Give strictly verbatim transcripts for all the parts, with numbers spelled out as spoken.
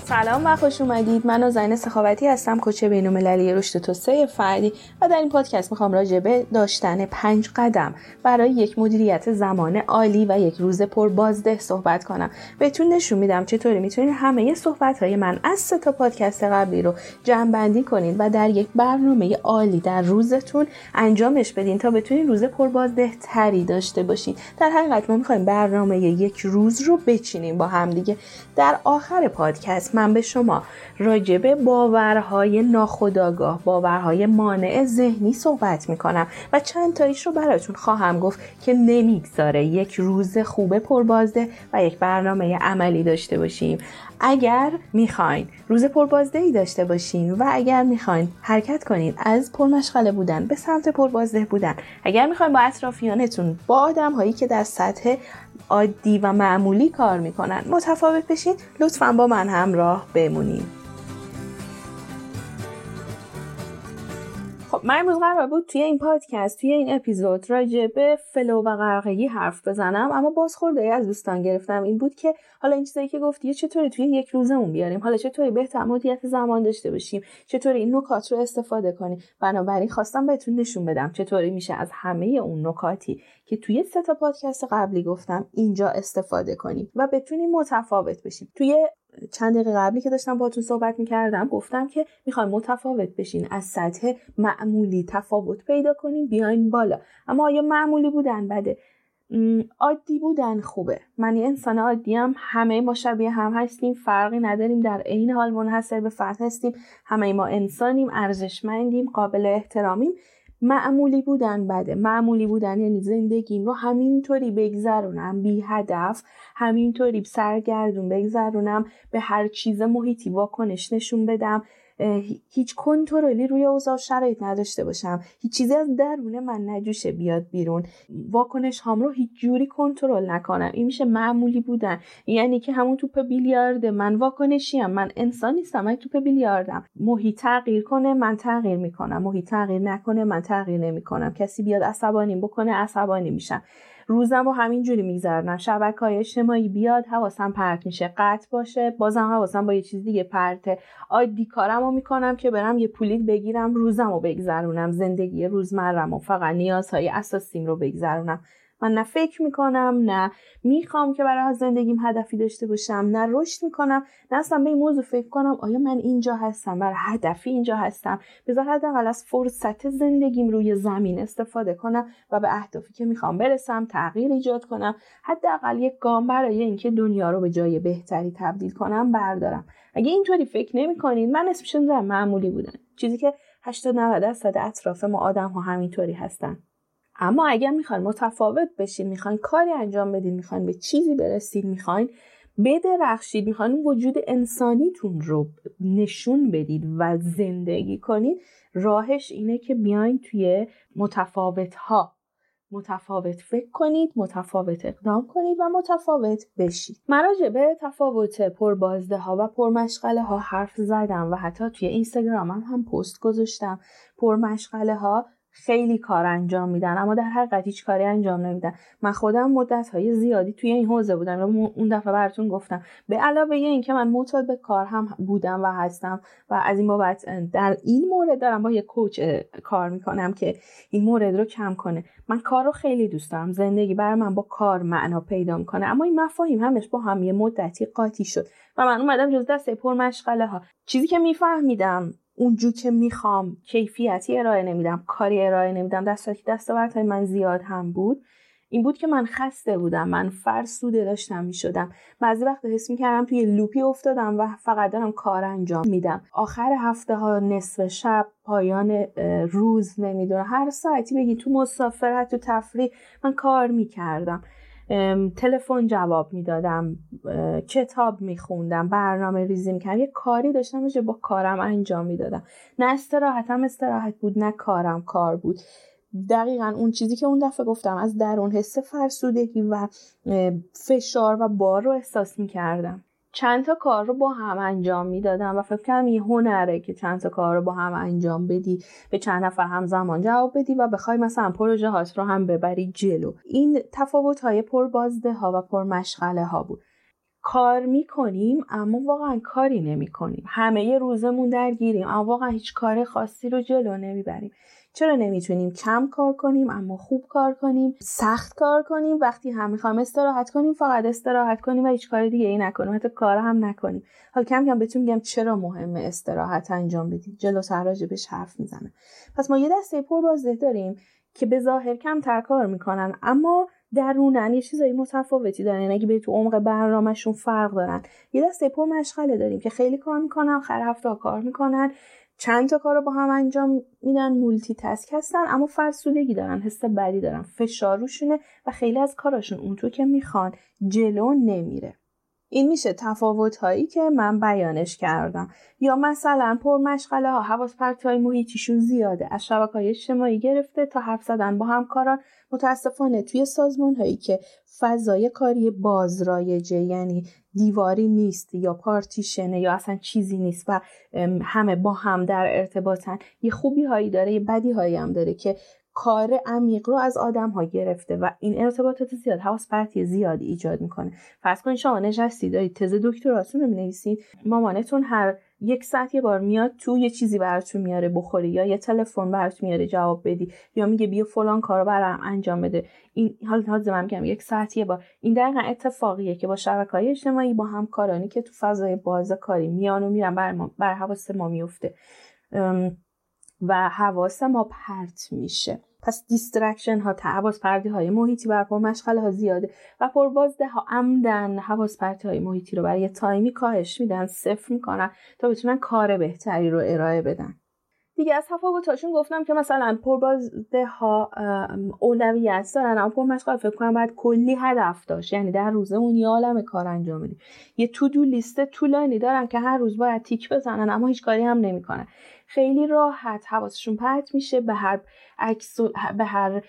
سلام و خوش اومدید. من نازنین سخاوتی هستم، کوچ بین‌المللی رشد توسعه فردی و در این پادکست میخوام راجع به داشتن پنج قدم برای یک مدیریت زمان عالی و یک روز پر بازده صحبت کنم. بهتون نشون میدم چطوری میتونید همه صحبت‌های من از سه تا پادکست قبلی رو جمع‌بندی کنید و در یک برنامه عالی در روزتون انجامش بدین تا بتونید روز پر بازده تری داشته باشین. در حقیقت ما میخوایم برنامه یک روز رو بچینیم با هم دیگه. در آخر پادکست من به شما راجع به باورهای ناخودآگاه، باورهای مانع ذهنی صحبت میکنم و چند تاییش رو براتون خواهم گفت که نمیگذاره یک روز خوب پربازده و یک برنامه عملی داشته باشیم. اگر میخواین روز پربازدهی داشته باشین و اگر میخواین حرکت کنین از پرمشغله بودن به سمت پربازده بودن، اگر میخواین با اطرافیانتون، با آدم هایی که در سطح عادی و معمولی کار میکنن متفاوت بشین، لطفاً با من همراه بمونید. خب من امروز قرار بود توی این پادکست، توی این اپیزود راجع به فلو و غرقگی حرف بزنم، اما بازخوردی از دوستان گرفتم این بود که حالا این چیزایی که گفتی چطوری توی یک روزمون بیاریم، حالا چطوری بهتر مدیریت زمان داشته باشیم، چطوری این نکات رو استفاده کنیم. بنابراین خواستم بهتون نشون بدم چطوری میشه از همه اون نکاتی که توی سه تا پادکست قبلی گفتم اینجا استفاده کنیم و بتونیم متفاوت بشیم. توی چند دقیقه قبلی که داشتم باهاتون صحبت می‌کردم گفتم که می‌خوایم متفاوت بشین، از سطح معمولی تفاوت پیدا کنیم بیاین بالا. اما آیا معمولی بودن بده؟ عادی بودن خوبه. من یه انسان عادیم، همه ما شبیه هم هستیم، فرقی نداریم، در عین حال منحصر به فرد هستیم، همه ما انسانیم، ارزشمندیم، قابل احترامیم. معمولی بودن بده. معمولی بودن یعنی زندگیم رو همینطوری بگذرونم بی هدف، همینطوری سرگردون بگذرونم، به هر چیز محیطی واکنش نشون بدم، هیچ کنترلی روی اوضاع شرایط نداشته باشم، هیچ چیزی از درون من نجوشه بیاد بیرون، واکنش هام رو هیچ جوری کنترل نکنم. این میشه معمولی بودن. یعنی که همون توپ بیلیارد، من واکنشیم، من انسان نیستم، من توپ بیلیاردم. محیط تغییر کنه من تغییر میکنم، محیط تغییر نکنه من تغییر نمیکنم. کسی بیاد عصبانی بکنه عصبانی میشم. روزم رو همین جوری میگذرونم. شبکه‌های اجتماعی بیاد حواسم پرت میشه، قطع باشه بازم حواسم با یه چیز دیگه پرته. عادی کارمو میکنم که برم یه پولیت بگیرم، روزمو بگذرونم، زندگی روزمره‌مو، فقط نیازهای اساسیم رو بگذرونم. من نه فکر میکنم، نه میخوام که برای زندگیم هدفی داشته باشم، نه رشد میکنم، نه اصلا به این موضوع فکر کنم آیا من اینجا هستم، برای هدفی اینجا هستم. بذار حداقل از فرصت زندگیم روی زمین استفاده کنم و به اهدافی که میخوام برسم تغییر ایجاد کنم، حداقل یک گام برای اینکه دنیا رو به جای بهتری تبدیل کنم بردارم. اگه اینطوری فکر نمیکنید، من اسمش رو میذارم معمولی بودن، چیزی که هشتاد نود درصد اطراف ما آدم ها همینطوری هستن. اما اگر میخواین متفاوت بشین، میخواین کاری انجام بدین، میخواین به چیزی برسید، میخواین بدرخشید، میخواین وجود انسانیتون رو نشون بدید و زندگی کنید، راهش اینه که بیاین توی متفاوت ها متفاوت فکر کنید، متفاوت اقدام کنید و متفاوت بشید. من راجع به تفاوت پربازده ها و پرمشغله ها حرف زدم و حتی توی اینستاگرامم هم پست گذاشتم. پرمشغله ها خیلی کار انجام میدن اما در حقیقت هیچ کاری انجام نمیدن. من خودم مدت‌های زیادی توی این حوزه بودم و اون دفعه براتون گفتم. به علاوه این که من معتاد به کار هم بودم و هستم و از این بابت در این مورد دارم با یه کوچ کار میکنم که این مورد رو کم کنه. من کار رو خیلی دوست دارم، زندگی برای من با کار معنا پیدا میکنه، اما این مفاهیم همش با هم یه مدتی قاطی شد و من اومدم جز دسته پرمشغله ها. چیزی که میفهمیدم اونجور که میخوام کیفیتی ارائه نمیدم، کاری ارائه نمیدم، دستاتی دستاوردهای من زیاد هم بود، این بود که من خسته بودم، من فرسوده داشتم میشدم. بعضی وقت حس میکردم توی لوپی افتادم و فقط دارم کار انجام میدم. آخر هفته ها، نصف شب، پایان روز، نمیدونم هر ساعتی بگی، تو مسافرت، تو تفریح من کار میکردم، تلفن جواب میدادم، کتاب میخوندم، برنامه ریزی میکردم، یه کاری داشتم که با کارم انجام میدادم. نه استراحتم استراحت بود، نه کارم کار بود. دقیقاً اون چیزی که اون دفعه گفتم، از درون حس فرسودگی و فشار و بار رو احساس میکردم. چند تا کار رو با هم انجام میدادم و فکر کنم یه هنره که چند تا کار رو با هم انجام بدی، به چند نفر همزمان جواب بدی و بخوای مثلا پروژه هات رو هم ببری جلو. این تفاوت های پربازده ها و پرمشغله ها بود. کار میکنیم اما واقعا کاری نمیکنیم. همه ی روزمون درگیریم اما واقعا هیچ کار خاصی رو جلو نمیبریم. چرا نمیتونیم کم کار کنیم اما خوب کار کنیم، سخت کار کنیم، وقتی هم میخوایم استراحت کنیم فقط استراحت کنیم و هیچ کار دیگه ای نکنیم، حتی کار هم نکنیم. حالا کم کم بهتون میگم چرا مهمه استراحت انجام بدید، جلوتر راجعش حرف میزنم. پس ما یه دسته پربازده داریم که به ظاهر کمتر کار میکنن اما درونن یه چیزایی متفاوتی دارن، یعنی اگه به تو عمق برنامه‌شون فرق دارن. یه دسته پر مشغله داریم که خیلی کار میکنن، آخر هفته کار میکنن، چند تا کارو با هم انجام میدن، مولتی تاسک هستن اما فرسودگی دارن، حس بدی دارن، فشار روشونه و خیلی از کاراشون اونطور که میخوان جلو نمیره. این میشه تفاوت هایی که من بیانش کردم. یا مثلا پرمشغله ها حواس پرتی های محیطیشون زیاده، از شبکه‌های اجتماعی گرفته تا حرف زدن با همکاران. متاسفانه توی سازمان هایی که فضای کاری باز رایجه، یعنی دیواری نیست یا پارتیشنه یا اصلا چیزی نیست و همه با هم در ارتباطن، یه خوبی هایی داره یه بدی هایی هم داره که کار عمیق رو از آدم ها گرفته و این ارتباطات زیاد حواس پرتی زیادی ایجاد میکنه. فرض کنید شما نشستی دارید تز دکتراتون رو می‌نویسید، مامانتون هر یک ساعت یه بار میاد تو یه چیزی براتون میاره بخوری یا یه تلفن براتون میاره جواب بدی یا میگه بیا فلان کارو برام انجام بده. این حالا لازم من میگم یک ساعت یه بار. این دقیقاً اتفاقیه که با شبکه‌های اجتماعی با همکارانی که تو فضای باز کاری میان و میرن بر ما بر حواس ما میفته و حواس ما پرت میشه. پس دیسترکشن ها، حواس پرتی های محیطی بر پرمشغله ها زیاده و پربازده ها عمدن حواس پرتی های محیطی رو برای تایمی کاهش میدن، صفر میکنن تا بتونن کار بهتری رو ارائه بدن. دیگه از تفاوتاشون گفتم که مثلا پربازده ها اولویت دارن اما پرمشغله فکر کنم باید کلی هدف داشت، یعنی در روزمون یه عالمه کار انجام بدیم. یه تو دو لیست طولانی دارن که هر روز باید تیک بزنن اما هیچ کاری هم نمیکنن. خیلی راحت حواسشون پرت میشه، به هر عکس به هر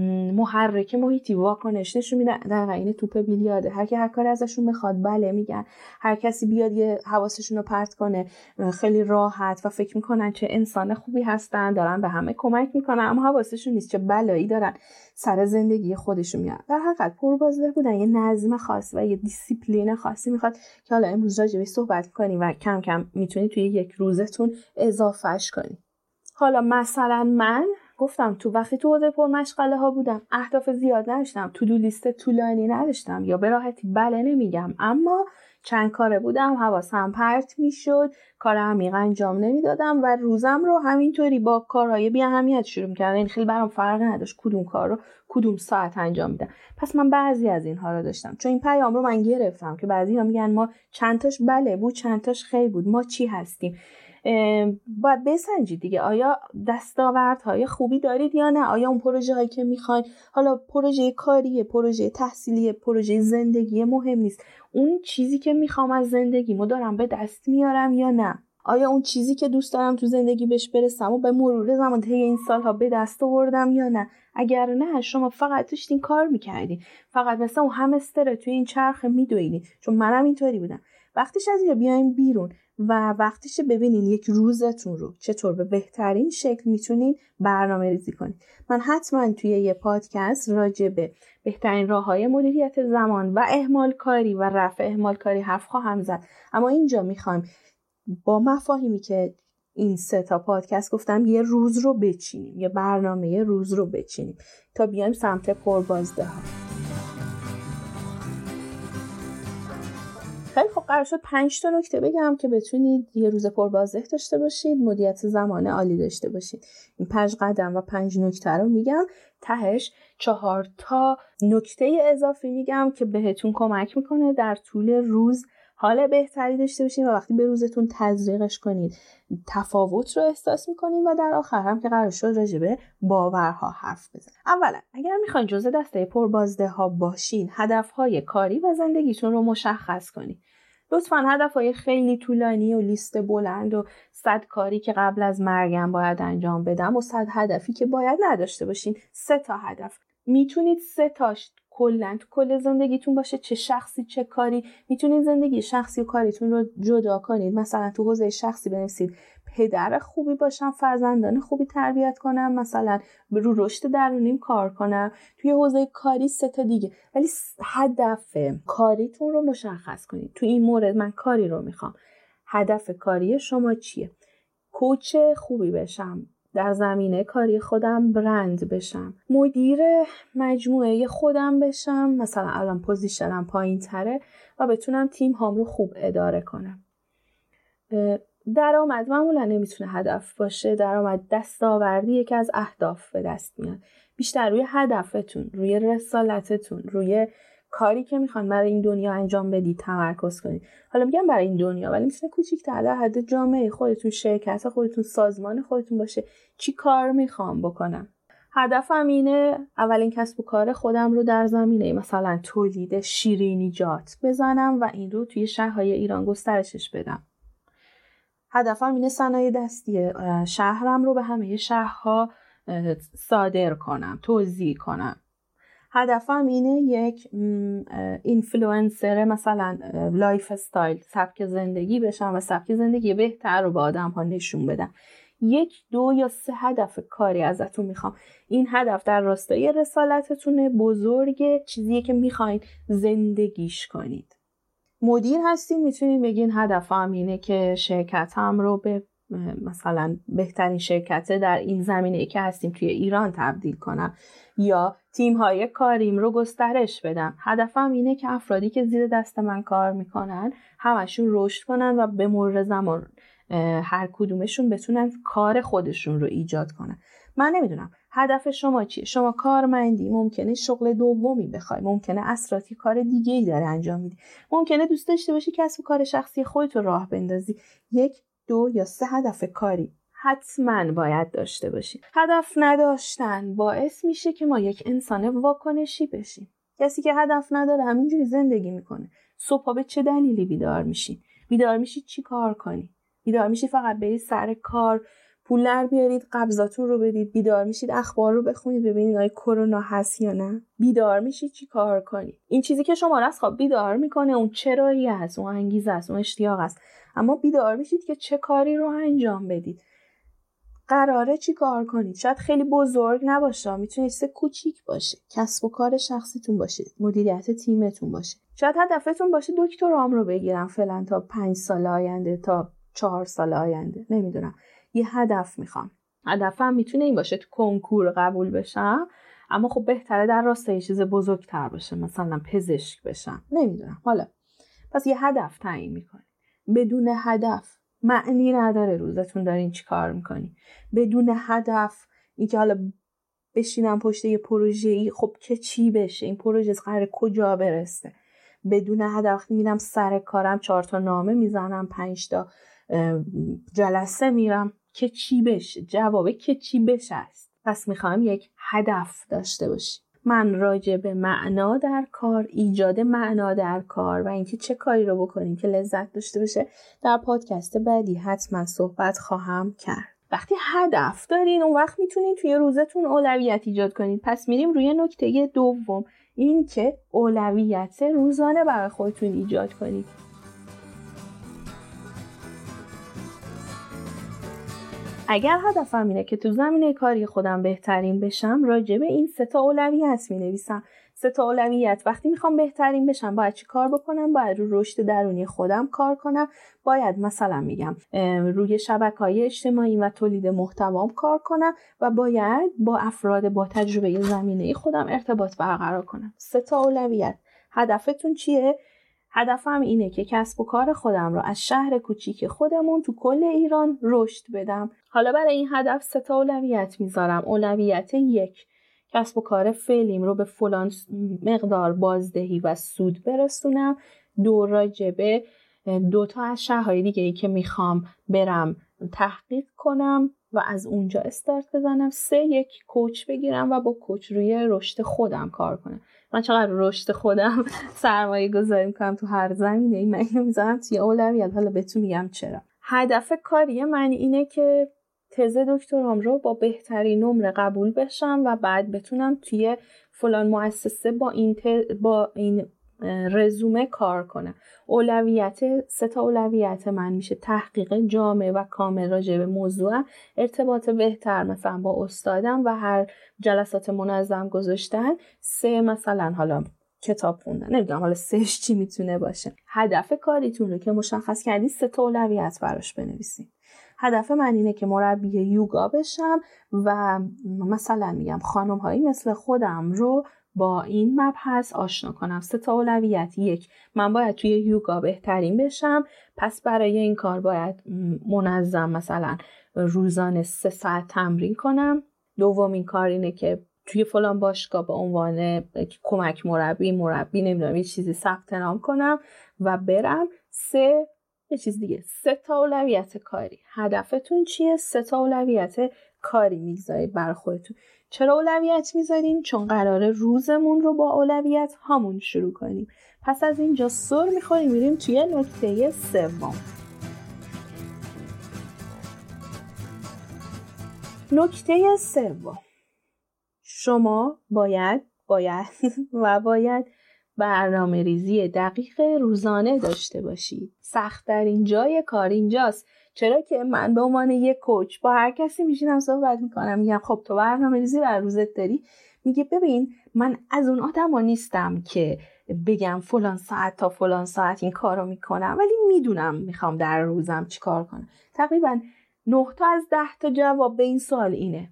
محرک محیطی واکنش نشون میدن. در این توپ بیلیارده، هر کی هر کاری ازشون بخواد بله میگن. هر کسی بیاد یه حواسشون رو پرت کنه خیلی راحت و فکر میکنن چه انسان خوبی هستن، دارن به همه کمک میکنن اما حواسشون نیست چه بلایی دارن سر زندگی خودشون میارن. در حقیقت پربازده بودن یه نظم خاص و یه دیسیپلین خاصی میخواد که حالا امروز راجع بهش صحبت کنیم و کم کم میتونید توی یک روزتون اضافهش کنید. حالا مثلا من گفتم تو وقتی تو حوزه پرمشغله ها بودم اهداف زیاد نداشتم، تو دو لیست طولانی نداشتم یا به راحتی بله نمیگم، اما چند کاره بودم حواسم پرت میشد، کار عمیق انجام نمیدادم و روزم رو همینطوری با کارهای بی اهمیت شروع می‌کردم. این خیلی برام فرقی نداشت کدوم کار رو کدوم ساعت انجام میدم. پس من بعضی از اینها رو داشتم، چون این پیام رو من گرفتم که بعضی‌ها میگن ما چند تاش بله بود چند تاش خیر بود، ما چی هستیم؟ باید بسنجید دیگه آیا دستاوردهای خوبی دارید یا نه، آیا اون پروژه هایی که میخواین، حالا پروژه کاریه، پروژه تحصیلیه، پروژه زندگی مهم نیست، اون چیزی که میخوام از زندگیمو دارم به دست میارم یا نه، آیا اون چیزی که دوست دارم تو زندگی بهش برسم و به مرور زمان طی این سالها به دست آوردم یا نه. اگر نه شما فقط داشتین کار میکردین، فقط مثلا اون همستر توی این چرخه میدویدین، چون منم اینطوری بودم. وقتش از اینجا بیایم بیرون و وقتش ببینین یک روزتون رو چطور به بهترین شکل میتونین برنامه ریزی کنین. من حتما توی یه پادکست راجع به بهترین راه‌های مدیریت زمان و اهمال کاری و رفع اهمال کاری حرف خواهم زد، اما اینجا میخوایم با مفاهیمی که این سه تا پادکست گفتم یه روز رو بچینیم، یه برنامه یه روز رو بچینیم تا بیایم سمت پربازده ها. خیلی خب قرار شد پنج تا نکته بگم که بتونید یه روز پربازده داشته باشید، مدیریت زمان عالی داشته باشید. این پنج قدم و پنج نکته رو میگم، تهش چهار تا نکته اضافی میگم که بهتون کمک میکنه در طول روز حال بهتری داشته باشین و وقتی به روزتون تزریقش کنید تفاوت رو احساس میکنین و در آخر هم که قرار شد راجع به باورها حرف بزنیم. اولا اگر میخواین جزء دسته پربازده ها باشین، هدفهای کاری و زندگیتون رو مشخص کنید. لطفاً هدفهای خیلی طولانی و لیست بلند و صد کاری که قبل از مرگم باید انجام بدم و صد هدفی که باید نداشته باشین. سه تا هدف میتونید سه تاش کلاً تو کل زندگیتون باشه، چه شخصی چه کاری. میتونید زندگی شخصی و کاریتون رو جدا کنید. مثلا تو حوزه شخصی بنویسید پدر خوبی باشم، فرزندان خوبی تربیت کنم، مثلا رو رشد درونیم کار کنم. توی حوزه کاری سه تا دیگه، ولی هدف کاریتون رو مشخص کنید. تو این مورد من کاری رو میخوام. هدف کاری شما چیه؟ کوچ خوبی بشم، در زمینه کاری خودم برند بشم، مدیر مجموعه خودم بشم، مثلا الان پوزیشنم پایین تره و بتونم تیم هام رو خوب اداره کنم. درآمد معمولا نمیتونه هدف باشه. درآمد دستاوردی یکی از اهداف به دست میاد. بیشتر روی هدفتون، روی رسالتتون، روی کاری که میخوان برای این دنیا انجام بدید تمرکز کنید. حالا میگم برای این دنیا، ولی میتونه کوچیک‌تر در حد جامعه خودتون، شرکت خودتون، سازمان خودتون باشه. چی کار میخوام بکنم؟ هدفم اینه اولین کسب و کار خودم رو در زمینه مثلا تولید شیرینیجات بزنم و این رو توی شهرهای ایران گسترشش بدم. هدفم اینه صنایع دستی شهرم رو به همه شهرها صادر کنم، توزیع کنم. هدفم اینه یک اینفلوئنسر مثلا لایف استایل، سبک زندگی بشم و سبک زندگی بهتر رو به آدم ها نشون بدم. یک، دو یا سه هدف کاری ازتون میخوام. این هدف در راستای رسالتتونه، بزرگه، چیزیه که میخواین زندگیش کنید. مدیر هستین، میتونین بگین هدفم اینه که شرکتم رو به مثلا بهترین شرکت در این زمینه که هستیم توی ایران تبدیل کنم، یا تیم‌های کاریم رو گسترش بدم. هدفم اینه که افرادی که زیر دست من کار میکنن همشون رشد کنن و به مرور زمان هر کدومشون بتونن کار خودشون رو ایجاد کنن. من نمیدونم هدف شما چیه. شما کارمندی، ممکنه شغل دومی بخوای، ممکنه اسراتی کار دیگه‌ای داره انجام میدی، ممکنه دوست داشته باشی کسب و کار شخصی خودت رو راه بندازی. یک، دو یا سه هدف کاری حتما باید داشته باشی. هدف نداشتن باعث میشه که ما یک انسان واکنشی بشیم. کسی که هدف نداره همینجوری زندگی میکنه. صبح به چه دلیلی بیدار میشی؟ بیدار میشی چی کار کنی؟ بیدار میشی فقط برید سر کار، پول در بیارید، قبضاتون رو بدید؟ بیدار میشید اخبار رو بخونید ببینید آیا کرونا هست یا نه؟ بیدار میشید چی کار کنی؟ این چیزی که شما رو از خواب بیدار میکنه اون چرایی هست، اون انگیزه است، اون اشتیاق است. اما بیدار میشید که چه کاری رو انجام بدید، قراره چی کار کنید. شاید خیلی بزرگ نباشه، میتونه چیز کوچیک باشه، کسب و کار شخصیتون باشه، مدیریت تیمتون باشه. شاید هدفتون باشه دکترام رو بگیرم فعلا تا پنج سال آینده، تا چهار سال آینده، نمیدونم. یه هدف میخوام. هدفم میتونه این باشه تو کنکور قبول بشم، اما خب بهتره در راستای چیز بزرگتر باشه، مثلا پزشک بشم، نمیدونم. حالا پس یه هدف تعیین میکنی. بدون هدف معنی نداره روزتون دارین چی کار میکنی. بدون هدف اینکه حالا بشینم پشت یه پروژه‌ای، خب که چی بشه؟ این پروژه قراره کجا برسه؟ بدون هدف میرم سر کارم، چهار تا نامه میزنم، پنج تا جلسه میرم، که چی بشه؟ جوابه که چی بشه است. پس میخوام یک هدف داشته باشی. من راجع به معنا در کار، ایجاد معنا در کار و اینکه چه کاری رو بکنیم که لذت داشته باشه در پادکست بعدی حتما صحبت خواهم کرد. وقتی هدف دارین اون وقت میتونین توی روزتون اولویت ایجاد کنید. پس میریم روی نکته دوم، این که اولویت روزانه برای خودتون ایجاد کنید. اگر هدفم اینه که تو زمینه کاری خودم بهترین بشم، راجع به این سه تا اولویت می‌نویسم. سه تا اولویت وقتی میخوام بهترین بشم باید چی کار بکنم؟ باید رو رشد درونی خودم کار کنم. باید مثلا میگم روی شبکه‌های اجتماعی و تولید محتوام کار کنم و باید با افراد با تجربه زمینه خودم ارتباط برقرار کنم. سه تا اولویت. هدفتون چیه؟ هدفم اینه که کسب و کار خودم رو از شهر کوچیک خودمون تو کل ایران رشد بدم. حالا برای این هدف سه تا اولویت میذارم. اولویت یک، کسب و کار فعلیم رو به فلان مقدار بازدهی و سود برسونم. دو، راجبه دو تا از شهرهای دیگه ای که میخوام برم تحقیق کنم و از اونجا استارت بزنم. سه، یک کوچ بگیرم و با کوچ روی رشد خودم کار کنم. من چقدر رشد خودم سرمایه گذاری میکنم تو هر زمینه، من اینو میذارم توی اولویت. حالا بهتون میگم چرا. هدف کاری من اینه که تز دکترام رو با بهترین نمره قبول بشم و بعد بتونم توی فلان مؤسسه با این ت... با این رزومه کار کنم. اولویت سه تا اولویت من میشه تحقیق جامع و کامل راجع به موضوع، ارتباط بهتر مثلا با استادم و هر جلسات منظم گذاشتن. سه مثلا حالا کتاب خوندن، نمیدونم حالا سهش چی میتونه باشه. هدف کاریتون رو که مشخص کردین سه تا اولویت براش بنویسین. هدف من اینه که مربی یوگا بشم و مثلا میگم خانم هایی مثل خودم رو با این مبحث آشنا کنم. سه تا اولویت: یک، من باید توی یوگا بهترین بشم، پس برای این کار باید منظم مثلا روزانه سه ساعت تمرین کنم. دومین کار اینه که توی فلان باشگاه به عنوان کمک مربی مربی نمیدونم یه چیزی ثبت نام کنم و برم. سه یه چیز دیگه، سه تا اولویت کاری. هدفتون چیه؟ سه تا اولویت کاری میگذارید بر خودتون. چرا اولویت میذاریم؟ چون قراره روزمون رو با اولویت هامون شروع کنیم. پس از اینجا سر میخوریم میریم توی نکته سوم. نکته سوم، شما باید باید و باید برنامه ریزی دقیق روزانه داشته باشید. سخت‌ترین جای کار اینجاست. چرا که من به عنوان یک کوچ با هر کسی میشینم صحبت میکنم، میگم خب تو برنامه ریزی بر روزت داری؟ میگه ببین من از اون آدما نیستم که بگم فلان ساعت تا فلان ساعت این کارو میکنم، ولی میدونم میخوام در روزم چی کار کنم. تقریبا نه تا از ده تا جواب به این سوال اینه: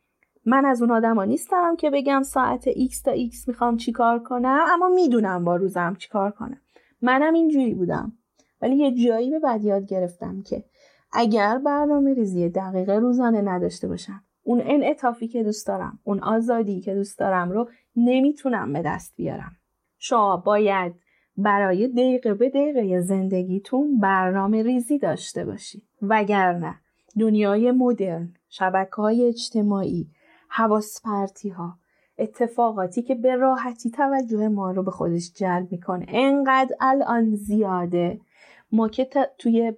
من از اون آدما نیستم که بگم ساعت X تا X میخوام چی کار کنم، اما میدونم با روزم چی کار کنم. منم اینجوری بودم، ولی یه جایی به بعد یاد گرفتم که اگر برنامه ریزی دقیق روزانه نداشته باشم، اون انعطافی که دوست دارم، اون آزادی که دوست دارم رو نمیتونم به دست بیارم. شما باید برای دقیقه به دقیقه زندگیتون برنامه ریزی داشته باشید، وگرنه دنیای مدرن، شبکه‌های اجتماعی، حواس پرتی ها، اتفاقاتی که به راحتی توجه ما رو به خودش جلب میکنه انقدر الان زیاده. ما که توی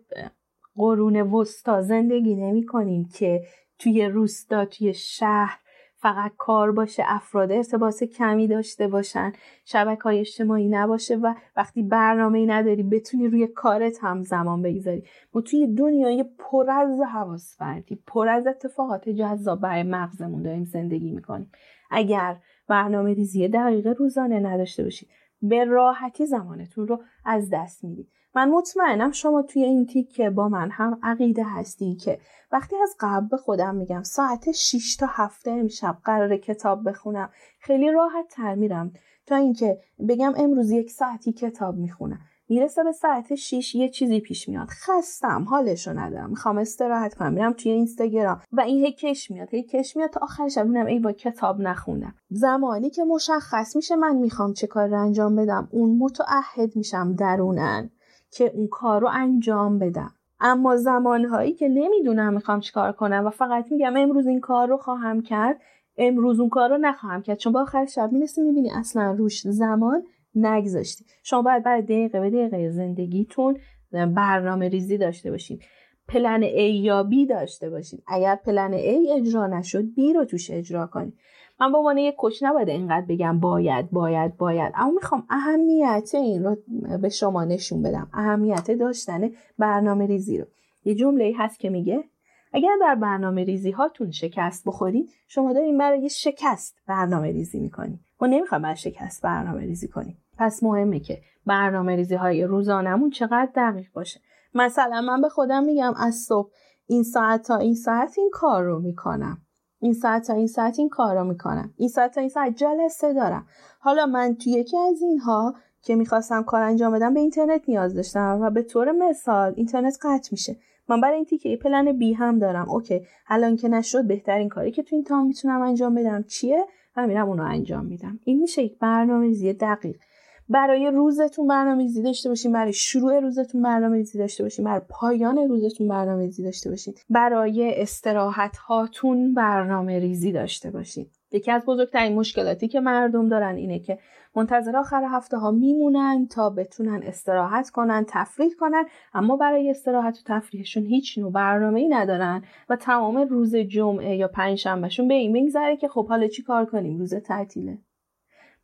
قرون وسطا زندگی نمی کنیم که توی روستا، توی شهر فقط کار باشه، افراد ارتباط کمی داشته باشن، شبکه‌های اجتماعی نباشه و وقتی برنامه‌ای نداری بتونی روی کارت هم زمان بگذاری. ما توی دنیای پر از حواس پرتی، پر از اتفاقات جذاب برای مغزمون داریم زندگی میکنیم. اگر برنامه ریزی دقیق روزانه نداشته باشید، به راحتی زمانتون رو از دست میدید. من مطمئنم شما توی این تیکه با من هم عقیده هستین که وقتی از قبل به خودم میگم ساعت شش تا هفت امشب قراره کتاب بخونم، خیلی راحت تر میرم تا اینکه بگم امروز یک ساعتی کتاب میخونم. میرسه به ساعت شش یه چیزی پیش میاد، خستم، حالشو ندارم، میخوام استراحت کنم، میرم توی اینستاگرام و این هی کش میاد هی کش میاد تا آخر شب میبینم ای با کتاب نخوندم. زمانی که مشخص میشه من میخوام چه کار رو انجام بدم، اون متعهد میشم درونن که اون کار رو انجام بدم. اما زمانهایی که نمیدونم میخوام چی کار کنم و فقط میگم امروز این کار رو خواهم کرد، امروز اون کار رو نخواهم کرد، چون با آخر شب میرسی میبینی اصلا روش زمان نگذاشتی. شما باید برای دقیقه به دقیقه زندگیتون برنامه ریزی داشته باشید، پلن A یا B داشته باشید. اگر پلن A اجرا نشد B رو توش اجرا کنید. من به عنوان یک کوچ نباید اینقدر بگم باید باید باید، اما میخوام اهمیت این رو به شما نشون بدم، اهمیت داشتن برنامه ریزی رو. یه جمله هست که میگه اگر در برنامه ریزی هاتون شکست بخورید، شما دارین برای شکست برنامه ریزی میکنید. ما نمیخوایم برای شکست برنامه ریزی کنیم. پس مهمه که برنامه ریزی های روزانمون چقدر دقیق باشه. مثلا من به خودم میگم از صبح این ساعت تا این ساعت این کار رو میکنم، این ساعت تا این ساعت این کار رو میکنم، این ساعت تا این ساعت جلسه دارم. حالا من توی یکی از اینها که میخواستم کار انجام بدم به اینترنت نیاز داشتم و به طور مثال اینترنت قطع میشه. من برای این تیکه پلن بی هم دارم. اوکی، الان که نشد بهترین کاری که تو این تام میتونم انجام بدم چیه؟ من میرم اونو انجام میدم. این میشه یک برنامه‌ریزی دقیق. برای روزتون برنامه‌ریزی داشته باشین، برای شروع روزتون برنامه‌ریزی داشته باشین، برای پایان روزتون برنامه‌ریزی داشته باشین، برای استراحت هاتون برنامه‌ریزی داشته باشین. یکی از بزرگترین مشکلاتی که مردم دارن اینه که منتظر آخر هفته ها میمونن تا بتونن استراحت کنن، تفریح کنن، اما برای استراحت و تفریحشون هیچ نوع برنامه‌ای ندارن و تمام روز جمعه یا پنجشنبهشون به این میگذره که خب حالا چی کار کنیم، روز تعطیله.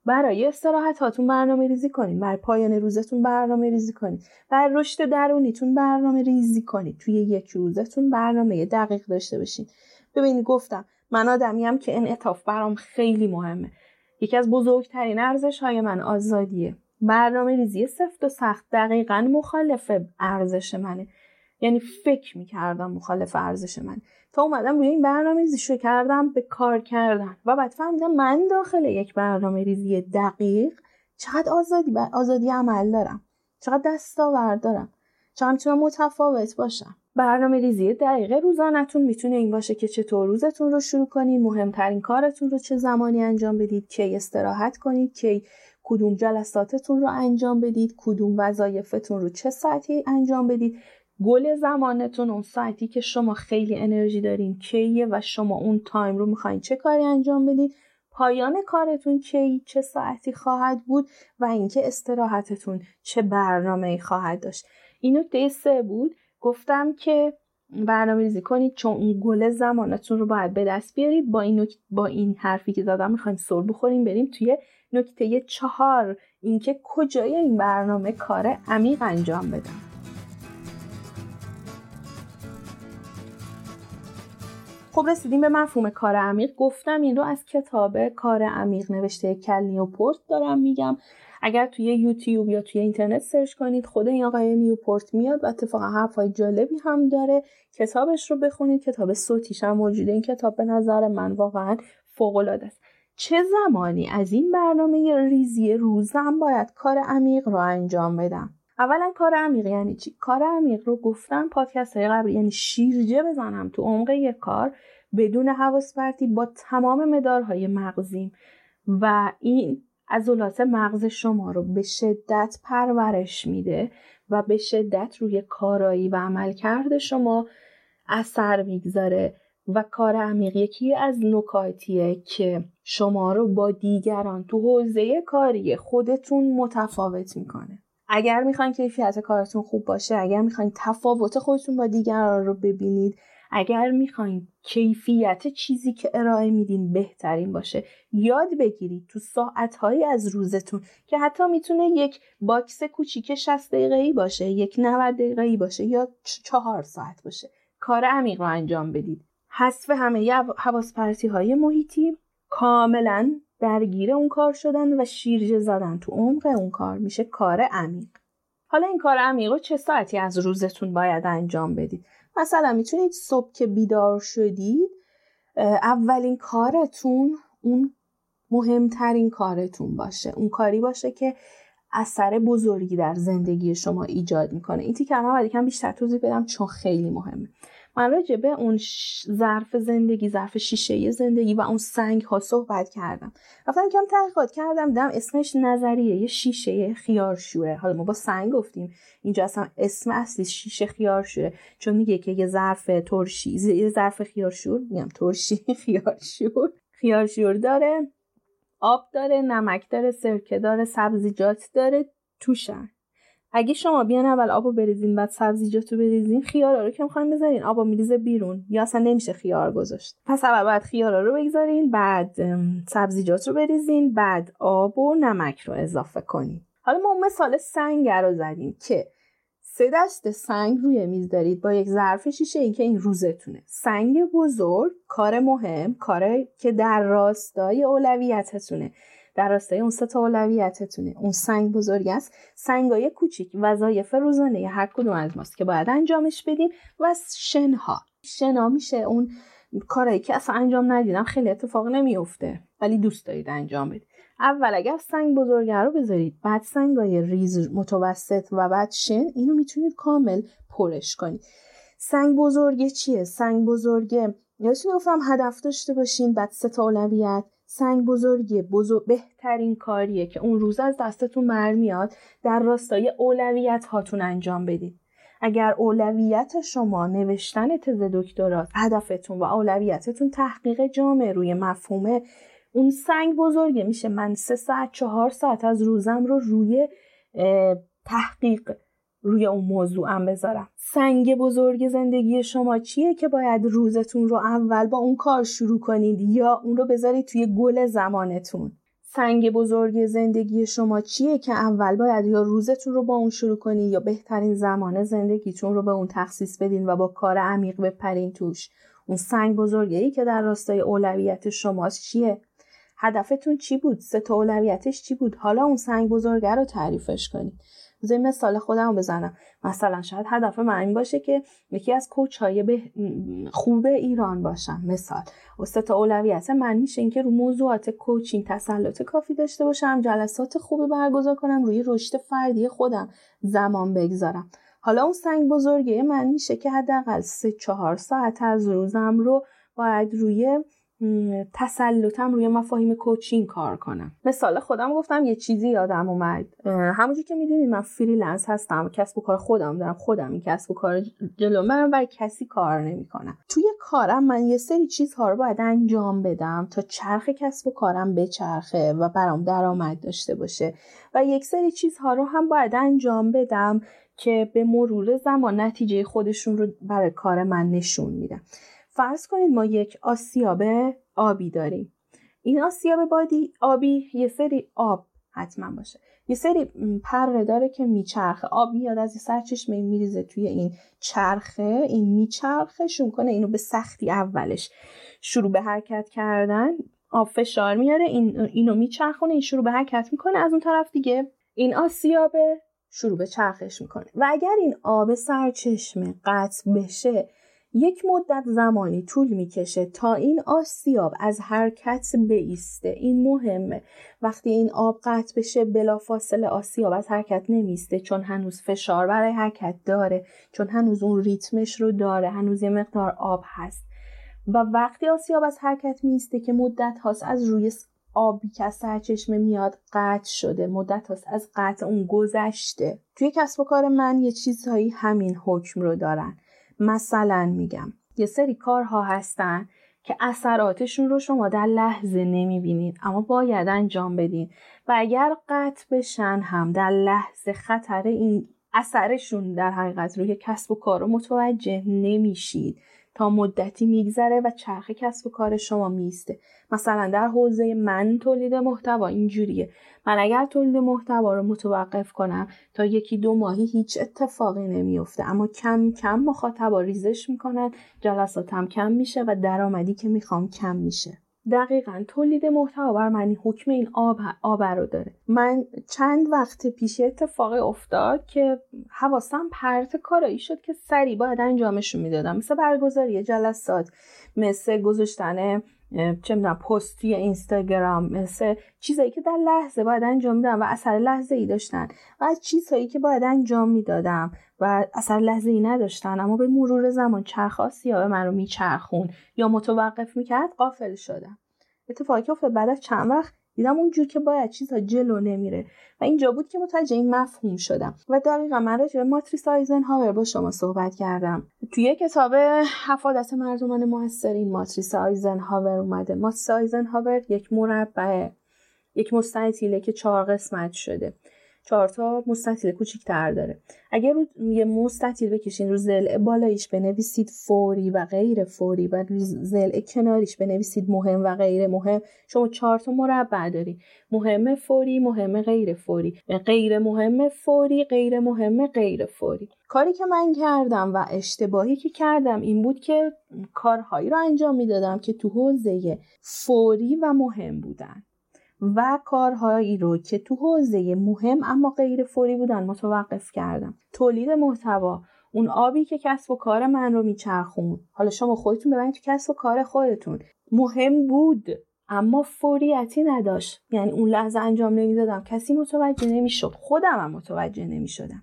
برای استراحت هاتون برنامه ریزی کنید، برای پایان روزتون برنامه ریزی کنید، برای رشد درونیتون برنامه ریزی کنید. توی یک روزتون برنامه دقیق داشته باشین. ببینید گفتم من آدمیم که انعطاف برام خیلی مهمه. یکی از بزرگترین ارزش‌های من آزادیه. برنامه ریزی سفت و سخت دقیقاً مخالف ارزش منه. یعنی فکر می‌کردم مخالف ارزش من، تا اومدم روی این برنامه ریزی شروع کردم به کار کردن و بعد فهمیدم من داخل یک برنامه ریزی دقیق چقدر آزادی آزادی عمل دارم، چقدر دستاورد دارم، چقدر میتونم متفاوت باشم. برنامه ریزی دقیق روزانه‌تون میتونه این باشه که چطور روزتون رو شروع کنید، مهمترین کارتون رو چه زمانی انجام بدید، کی استراحت کنید، کی کدوم جلساتتون رو انجام بدید، کدوم وظایفتون رو چه ساعتی انجام بدید، گل زمانتون اون ساعتی که شما خیلی انرژی دارین کیه و شما اون تایم رو میخواین چه کاری انجام بدید، پایان کارتون کی چه ساعتی خواهد بود و اینکه استراحتتون چه برنامه‌ای خواهد داشت. این نکته سه بود. گفتم که برنامه ریزی کنید چون اون گل زمانتون رو باید به دست بیارید. با این نک... با این حرفی که زدم میخوایم سر بخوریم بریم توی نکته چهار، اینکه کجای این برنامه کار عمیق انجام بدم. خب رسیدیم به مفهوم کار عمیق. گفتم این رو از کتاب کار عمیق نوشته کل نیوپورت دارم میگم. اگر توی یوتیوب یا توی اینترنت سرچ کنید خود این آقای نیوپورت میاد و اتفاقا حرفای جالبی هم داره. کتابش رو بخونید، کتاب صوتیش هم موجوده. این کتاب به نظر من واقعا فوق‌العاده است. چه زمانی از این برنامه ریزی روزم باید کار عمیق رو انجام بدم؟ اولا کار عمیق یعنی چی؟ کار عمیق رو گفتم پادکست های قبلی، یعنی شیرجه بزنم تو عمق یک کار بدون حواس پرتی با تمام مدارهای مغزیم و این عضلات مغز شما رو به شدت پرورش میده و به شدت روی کارایی و عملکرد شما اثر میگذاره. و کار عمیق یکی از نکاتیه که شما رو با دیگران تو حوزه کاری خودتون متفاوت میکنه. اگر میخواین کیفیت کارتون خوب باشه، اگر میخواین تفاوت خودتون با دیگران رو ببینید، اگر میخواین کیفیت چیزی که ارائه میدین بهترین باشه، یاد بگیرید تو ساعتهایی از روزتون که حتی میتونه یک باکس کوچیک شصت دقیقه‌ای باشه، یک نود دقیقه‌ای باشه یا چهار ساعت باشه، کار عمیق رو انجام بدید. حذف همه حواس پرتی های محیطی، کاملا درگیر اون کار شدن و شیرجه زدن تو عمق اون کار میشه کار عمیق. حالا این کار عمیق رو چه ساعتی از روزتون باید انجام بدید؟ مثلا میتونید صبح که بیدار شدید اولین کارتون اون مهمترین کارتون باشه، اون کاری باشه که اثر بزرگی در زندگی شما ایجاد میکنه. این تیکر من باید یکم بیشتر توضیح بدم چون خیلی مهمه. من راجع به اون ظرف زندگی، ظرف شیشه زندگی و اون سنگ ها صحبت کردم. رفتم کم تحقیقات کردم، دیدم اسمش نظریه یه شیشه خیارشوره. حالا ما با سنگ گفتیم، اینجا اصلا اسم اصلی شیشه خیارشوره، چون میگه که یه ظرف ترشی، یه ظرف خیارشور، میگم ترشی خیارشور، خیارشور داره، آب داره، نمک داره، سرکه داره، سبزیجات داره توشن. اگه شما بیان اول آبو بریزین بعد سبزیجاتو بریزین، خیارا رو که میخواین بذارین آبو میریزه بیرون یا اصلا نمیشه خیار گذاشت. پس اول باید خیارا رو بگذارین، بعد سبزیجات رو بریزین، بعد آب و نمک رو اضافه کنین. حالا ما مثال سنگ رو زدیم که سه دسته سنگ روی میز دارید با یک ظرف شیشه ای که این روزتونه. سنگ بزرگ، کار مهم، کاری که در راستای اولویتتونه، در راستای اون سه تا اولویتتونه. اون سنگ بزرگ است. سنگای کوچیک وظایف روزانه هر کدوم از ماست که باید انجامش بدیم. و شنها شنا میشه اون کارایی که اصلا انجام ندیدم خیلی اتفاق نمیفته ولی دوست دارید انجام بدید. اول اگر سنگ بزرگه رو بذارید، بعد سنگای ریز متوسط و بعد شن، اینو میتونید کامل پرش کنید. سنگ بزرگه چیه؟ سنگ بزرگه یادتون گفتم هدف داشته باشین، بعد سه تا اولویت. سنگ بزرگی بزرگ بهترین کاریه که اون روز از دستتون برمیاد در راستای اولویت هاتون انجام بدید. اگر اولویت شما نوشتن تز دکترا، هدفتون و اولویتتون تحقیق جامع روی مفهومه، اون سنگ بزرگه میشه من سه ساعت چهار ساعت از روزم رو روی تحقیق روی اون موضوعم بذارم. سنگ بزرگ زندگی شما چیه که باید روزتون رو اول با اون کار شروع کنید یا اون رو بذارید توی گل زمانتون؟ سنگ بزرگ زندگی شما چیه که اول باید یا روزتون رو با اون شروع کنین یا بهترین زمان زندگیتون رو به اون تخصیص بدین و با کار عمیق بپرین توش. اون سنگ بزرگی که در راستای اولویت شماست چیه؟ هدفتون چی بود؟ سه تا اولویتش چی بود؟ حالا اون سنگ بزرگه رو تعریفش کنین. بذار مثال خودم رو بزنم. مثلا شاید هدف من این باشه که یکی از کوچ‌های به خوب ایران باشم مثال. و سه تا اولویت من میشه این که رو موضوعات کوچینگ تسلط کافی داشته باشم، جلسات خوبی برگزار کنم، روی رشد فردی خودم زمان بگذارم. حالا اون سنگ بزرگه من میشه که حداقل سه چهار ساعت از روزم رو باید روی تسلطم روی مفاهیم کوچینگ کار کنم. مثال خودم گفتم یه چیزی یادم اومد. همونجوری که میدونید من فریلنس هستم، کسب و کار خودم دارم، خودم این کسب و کار جلو برم و کسی کار نمیکنم. توی کارم من یه سری چیزها رو باید انجام بدم تا چرخ کسب و کارم بچرخه و برام درآمد داشته باشه و یک سری چیزها رو هم باید انجام بدم که به مرور زمان نتیجه خودشون رو برای کار من نشون میدن. فرض کنید ما یک آسیاب آبی داریم. این آسیاب بادی آبی یه سری آب حتما باشه. یه سری پره داره که میچرخه. آب میاد از این سرچشمه میریزه توی این چرخه، این میچرخه شون کنه اینو به سختی اولش شروع به حرکت کردن، آب فشار میاره، این اینو میچرخونه، این شروع به حرکت میکنه، از اون طرف دیگه این آسیاب شروع به چرخش میکنه. و اگر این آب سرچشمه قطع بشه یک مدت زمانی طول میکشه تا این آسیاب از حرکت بایسته. این مهمه. وقتی این آب قطع بشه بلافاصله آسیاب از حرکت نمیسته، چون هنوز فشار برای حرکت داره، چون هنوز اون ریتمش رو داره، هنوز یه مقدار آب هست. و وقتی آسیاب از حرکت میسته که مدت هاست از روی آبی که از سرچشمه میاد قطع شده، مدت هاست از قطع اون گذشته. توی کسب و کار من یه چیزهایی همین حکم رو دارن. مثلا میگم یه سری کارها هستن که اثراتشون رو شما در لحظه نمیبینید اما باید انجام بدین و اگر قطع بشن هم در لحظه خطر این اثرشون در حقیقت روی کسب و کار رو متوجه نمیشید تا مدتی میگذره و چرخ کسب و کار شما میسته. مثلا در حوزه من تولید محتوا اینجوریه. من اگر تولید محتوا رو متوقف کنم تا یکی دو ماهی هیچ اتفاقی نمیفته، اما کم کم مخاطبا ریزش میکنن، جلساتم کم میشه و درآمدی که میخوام کم میشه. دقیقاً تولید محتوا بر من حکم این آب آب رو داره. من چند وقت پیش اتفاق افتاد که حواسم پرت کارایی شد که سریع باید انجامشون میدادم، مثل برگزاری جلسات، مثل گذاشتن چه میدونم پست توی اینستاگرام، مثل چیزایی که در لحظه باید انجام میدم و اثر لحظه ای داشتن و از چیزهایی که باید انجام میدادم و اثر لحظه ای نداشتن اما به مرور زمان چرخ آسیاب من رو میچرخون یا متوقف میکرد غافل شدم. اتفاقی که افتاد بعد از چند وقت دیدم اونجور که باید چیزها جلو نمیره و اینجا بود که متوجه این مفهوم شدم. و دقیقا من راجع به ماتریس آیزنهاور با شما صحبت کردم. توی کتاب حفاظت مردمان موثرین ماتریس آیزنهاور اومده. ماتریس آیزنهاور یک مربع، یک مستطیله که چهار قسمت شده، چهار تا مستطیل کوچیک‌تر داره. اگر رو یه مستطیل بکشین رو ضلع بالاییش بنویسید فوری و غیر فوری و رو ضلع کناریش بنویسید مهم و غیر مهم، شما چهار تا مربع داری. مهم، فوری، مهم، غیر فوری، غیر مهم، فوری، غیر مهم، غیر فوری. کاری که من کردم و اشتباهی که کردم این بود که کارهایی رو انجام میدادم که تو حوزه فوری و مهم بودن و کارهایی رو که تو حوزه مهم اما غیر فوری بودن متوقف کردم. تولید محتوا، اون آبی که کسب و کار من رو میچرخون، حالا شما خودتون ببینید تو کسب و کار خودتون مهم بود اما فوریتی نداشت، یعنی اون لحظه انجام نمیدادم، کسی متوجه نمیشد، خودم هم متوجه نمیشدم.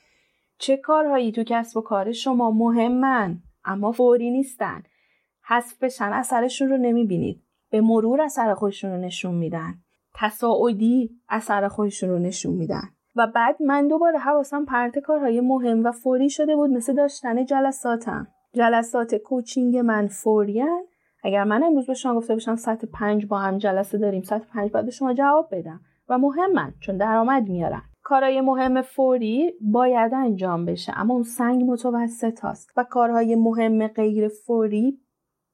چه کارهایی تو کسب و کار شما مهمن اما فوری نیستن، حذف بشن اثرشون رو نمیبینید، به مرور اثر خودشون رو نشون میدن، تصاعدی اثر خودشون رو نشون میدن. و بعد من دوباره حواسم پرت کارهای مهم و فوری شده بود، مثل داشتن جلساتم. جلسات کوچینگ من فوریان. اگر من امروز به شما گفته باشم ساعت پنج با هم جلسه داریم، ساعت پنج باید به شما جواب بدم و مهمن چون درآمد میارن. کارهای مهم فوری باید انجام بشه اما اون سنگ متوسط هست و کارهای مهم غیر فوری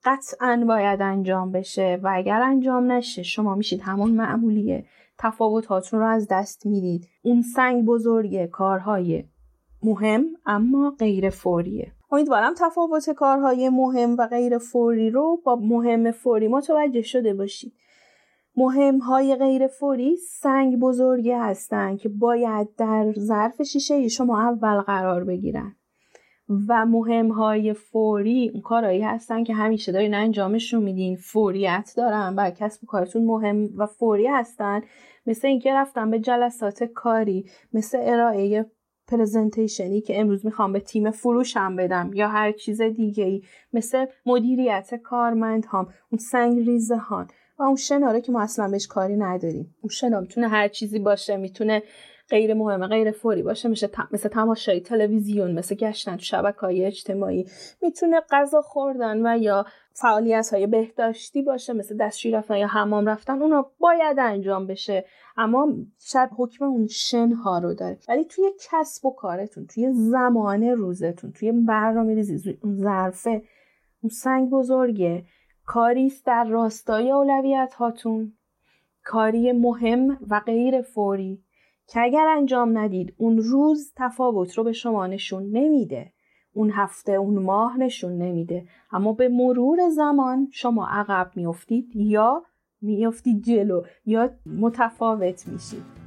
قطعاً باید انجام بشه و اگر انجام نشه شما میشید همون معمولیه، تفاوتاتون رو از دست میدید. اون سنگ بزرگه کارهای مهم اما غیر فوریه. امیدوارم تفاوت کارهای مهم و غیر فوری رو با مهم فوری متوجه شده باشید. مهم‌های غیر فوری سنگ بزرگی هستن که باید در ظرف شیشه شما اول قرار بگیرن و مهم‌های فوری اون کارهایی هستن که همیشه دارین انجامشون میدین، فوریت دارن، برای کسب و کارتون مهم و فوری هستن، مثل اینکه رفتن به جلسات کاری، مثل ارائه پرزنتیشنی که امروز میخوام به تیم فروشم بدم یا هر چیز دیگه‌ای، مثل مدیریت کارمندهام، اون سنگ ریزه ها و اون شناره که ما اصلا بهش کاری نداریم. اون شنا میتونه هر چیزی باشه، میتونه غیر مهمه، غیر فوری باشه، میشه ت... مثل تماشای تلویزیون، مثل گشتن تو شبکه‌های اجتماعی، میتونه غذا خوردن و یا فعالیت‌های بهداشتی باشه، مثل دستشویی رفتن یا حمام رفتن. اونا باید انجام بشه اما شاید حکم اون شنها رو داره. ولی توی کسب و کارتون، توی زمان روزتون، توی برنامه‌ریزی، اون ظرفه، اون سنگ بزرگه، کاری است در راستای اولویت هاتون، کاری مهم و غیر فوری که اگر انجام ندید اون روز تفاوت رو به شما نشون نمیده، اون هفته، اون ماه نشون نمیده، اما به مرور زمان شما عقب میافتید یا میافتید جلو یا متفاوت میشید.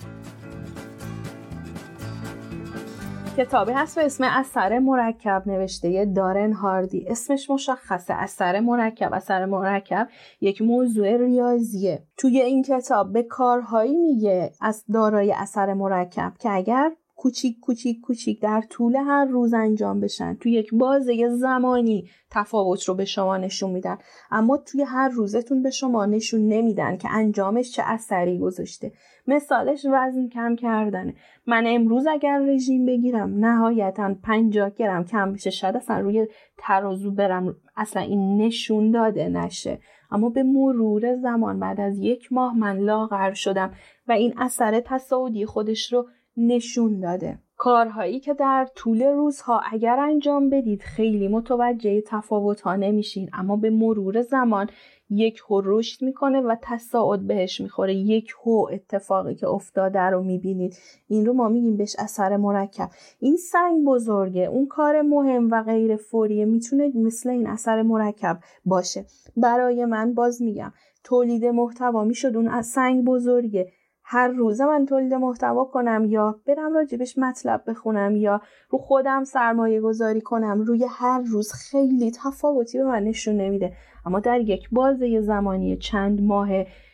کتابی هست به اسم اثر مرکب نوشته دارن هاردی. اسمش مشخصه، اثر مرکب. اثر مرکب یک موضوع ریاضیه. توی این کتاب به کارهایی میگه از دارای اثر مرکب که اگر کوچیک کوچیک کوچیک در طول هر روز انجام بشن، توی یک بازه زمانی تفاوت رو به شما نشون میدن، اما توی هر روزتون به شما نشون نمیدن که انجامش چه اثری گذاشته. مثالش وزن کم کردنه. من امروز اگر رژیم بگیرم نهایتاً پنجاه گرم کم بشه، شاید اصلا روی ترازو برم اصلا این نشون داده نشه، اما به مرور زمان بعد از یک ماه من لاغر شدم و این اثر تصاعدی خودش رو نشون داده. کارهایی که در طول روزها اگر انجام بدید خیلی متوجه تفاوت ها نمیشین، اما به مرور زمان یک هو رشد میکنه و تصاعد بهش میخوره. یک هو اتفاقی که افتاده رو میبینید. این رو ما میگیم بهش اثر مرکب. این سنگ بزرگه، اون کار مهم و غیر فوریه میتونه مثل این اثر مرکب باشه. برای من باز میگم تولید محتوا میشد اون از سنگ بزرگه. هر روز من تولید محتوا کنم یا برم راجبش مطلب بخونم یا رو خودم سرمایه گذاری کنم، روی هر روز خیلی تفاوتی به من نشون نمیده، اما در یک بازه زمانی چند ماه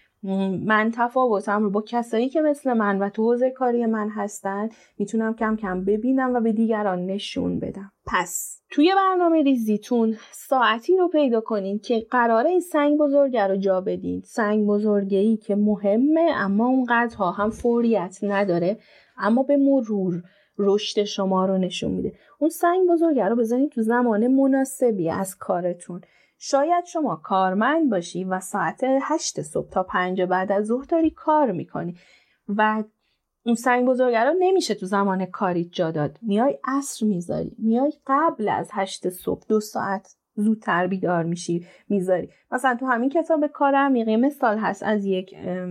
من تفاوتم رو با کسایی که مثل من و تو حوزه کاری من هستن میتونم کم کم ببینم و به دیگران نشون بدم. پس توی برنامه ریزیتون ساعتی رو پیدا کنین که قراره این سنگ بزرگه رو جا بدین. سنگ بزرگه‌ای که مهمه اما اونقدرها هم فوریت نداره، اما به مرور رشد شما رو نشون میده. اون سنگ بزرگه رو بزنین تو زمان مناسبی از کارتون. شاید شما کارمند باشی و ساعت هشت صبح تا پنج بعد از ظهر داری کار میکنی و اون سنگ بزرگه رو نمیشه تو زمان کاری جا داد. میای عصر میذاری، میای قبل از هشت صبح دو ساعت زودتر بیدار میشی میذاری. مثلا تو همین کتاب کار عمیقی مثال هست از یک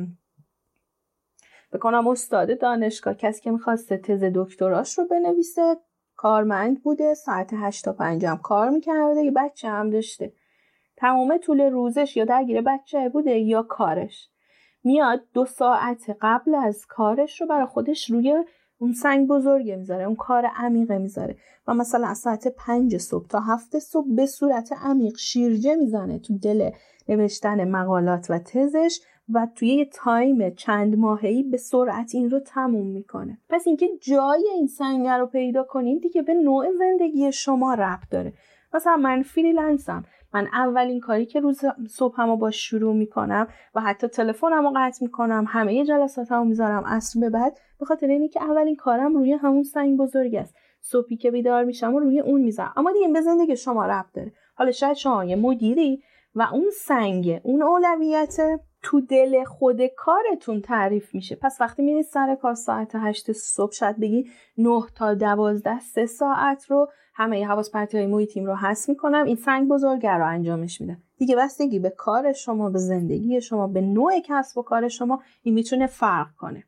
بکنم استاد دانشگاه، کسی که میخواسته تز دکتراش رو بنویسه، کارمند بوده، ساعت هشت تا پنج هم کار میکرده، یه بچه هم داشته، تمام طول روزش یا درگیر بچه بوده یا کارش. میاد دو ساعت قبل از کارش رو برای خودش روی اون سنگ بزرگه میذاره، اون کار عمیقه میذاره و مثلا از ساعت پنج صبح تا هفت صبح به صورت عمیق شیرجه میزنه تو دل نوشتن مقالات و تزش و توی یه تایم چند ماهه‌ای به سرعت این رو تموم میکنه. پس اینکه جای این سنگ رو پیدا کنین دیگه به نوع زندگی شما ربط داره. مثلا من فریلنسم، من اولین کاری که روز صبحمو با شروع میکنم و حتی تلفنمو قطع میکنم، همه جلساتمو میذارم عصر به بعد، به خاطر اینه که اولین کارم روی همون سنگ بزرگ است. صبحی که بیدار میشم و روی اون میذارم. اما دیگه به زندگی شما ربط داره. حالا شاید شما یه مدیری و اون سنگ، اون اولویت تو دل خود کارتون تعریف میشه. پس وقتی میرید سر کار ساعت هشت صبح، شاید بگی نه تا دوازده سه ساعت رو همه حواس پرتی های محیطیم رو حذف میکنم، این سنگ بزرگه رو انجامش میدم. دیگه بستگی به کار شما، به زندگی شما، به نوع کسب و کار شما این میتونه فرق کنه.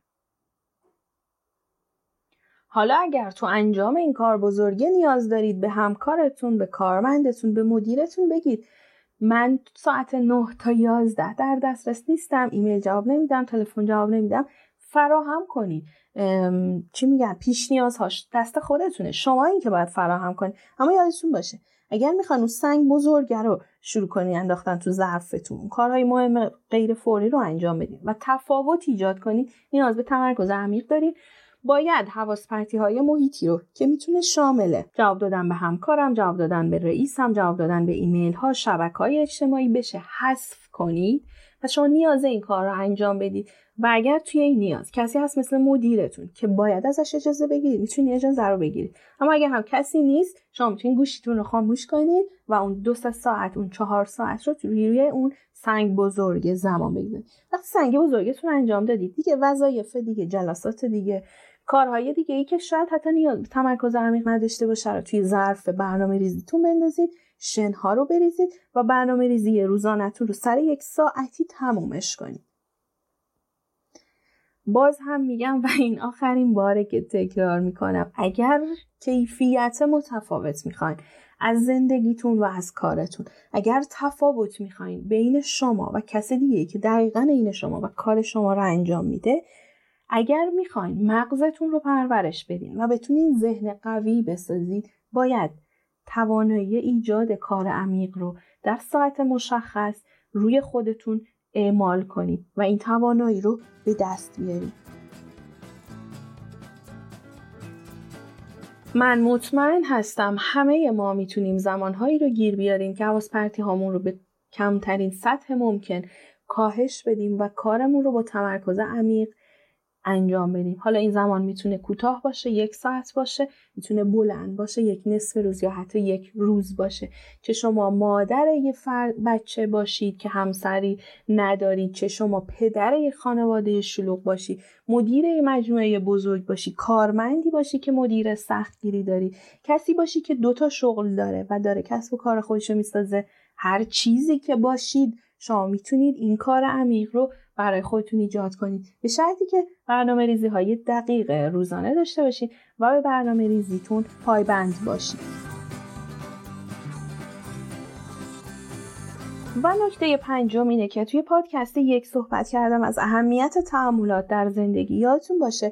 حالا اگر تو انجام این کار بزرگه نیاز دارید به همکارتون، به کارمندتون، به مدیرتون بگید من ساعت نه تا یازده در دسترس نیستم، ایمیل جواب نمیدم، تلفن جواب نمیدم، فراهم کنید. چی میگن، پیش نیازهاش دست خودتونه، شما این که باید فراهم کنید. اما یادتون باشه اگر میخوان اون سنگ بزرگه رو شروع کنی انداختن تو ظرفتون، کارهای مهم غیر فوری رو انجام بدید و تفاوت ایجاد کنید، نیاز به تمرکز عمیق دارید. باید حواس پرتی های محیطی رو که میتونه شامل جواب دادن به همکارم، جواب دادن به رئیسم، جواب دادن به ایمیل ها، شبکه‌های اجتماعی بشه حذف کنید و شما نیاز این کار رو انجام بدید. و اگر توی این نیاز کسی هست مثل مدیرتون که باید ازش اجازه بگیرید، میتونید اجازه رو بگیرید. اما اگر هم کسی نیست، شما میتونید گوشیتون رو خاموش کنید و اون دو ساعت، اون چهار ساعت رو روی اون سنگ بزرگ زمان بگذارید. وقتی سنگ بزرگتون انجام دادید، دیگه وظایف دیگه، جلسات دیگه، کارهای دیگه ای که شاید حتی نیاز به تمرکز عمیق نداشته باشه رو توی ظرف برنامه ریزیتون بندازید، شنها رو بریزید و برنامه ریزی روزانه‌تون رو سر یک ساعتی تمومش کنید. باز هم میگم و این آخرین باره که تکرار میکنم، اگر کیفیت متفاوت میخواین از زندگیتون و از کارتون، اگر تفاوت میخواین بین شما و کس دیگه که دقیقاً این شما و کار شما رو انجام میده، اگر میخواین مغزتون رو پرورش بدین و بتونین ذهن قوی بسازید، باید توانایی ایجاد کار عمیق رو در ساعت مشخص روی خودتون اعمال کنید و این توانایی رو به دست بیارید. من مطمئن هستم همه ما میتونیم زمانهایی رو گیر بیاریم که حواس پرتی هامون رو به کمترین سطح ممکن کاهش بدیم و کارمون رو با تمرکز عمیق انجام بدیم. حالا این زمان میتونه کوتاه باشه، یک ساعت باشه، میتونه بلند باشه، یک نصف روز یا حتی یک روز باشه. چه شما مادر یه فرد بچه باشید که همسری ندارید، چه شما پدر یه خانواده شلوغ باشید، مدیر یه مجموعه بزرگ باشی، کارمندی باشی که مدیر سختگیری داری، کسی باشی که دوتا شغل داره و داره کسب و کار خودشو میسازه، هر چیزی که باشید شما میتونید این کار عمیق رو برای خودتون ایجاد کنید، به شرطی که برنامه ریزی های دقیق روزانه داشته باشید و به برنامه ریزیتون پایبند باشید. و نکته پنجم اینه که توی پادکست یک صحبت کردم از اهمیت تأملات در زندگی. یادتون باشه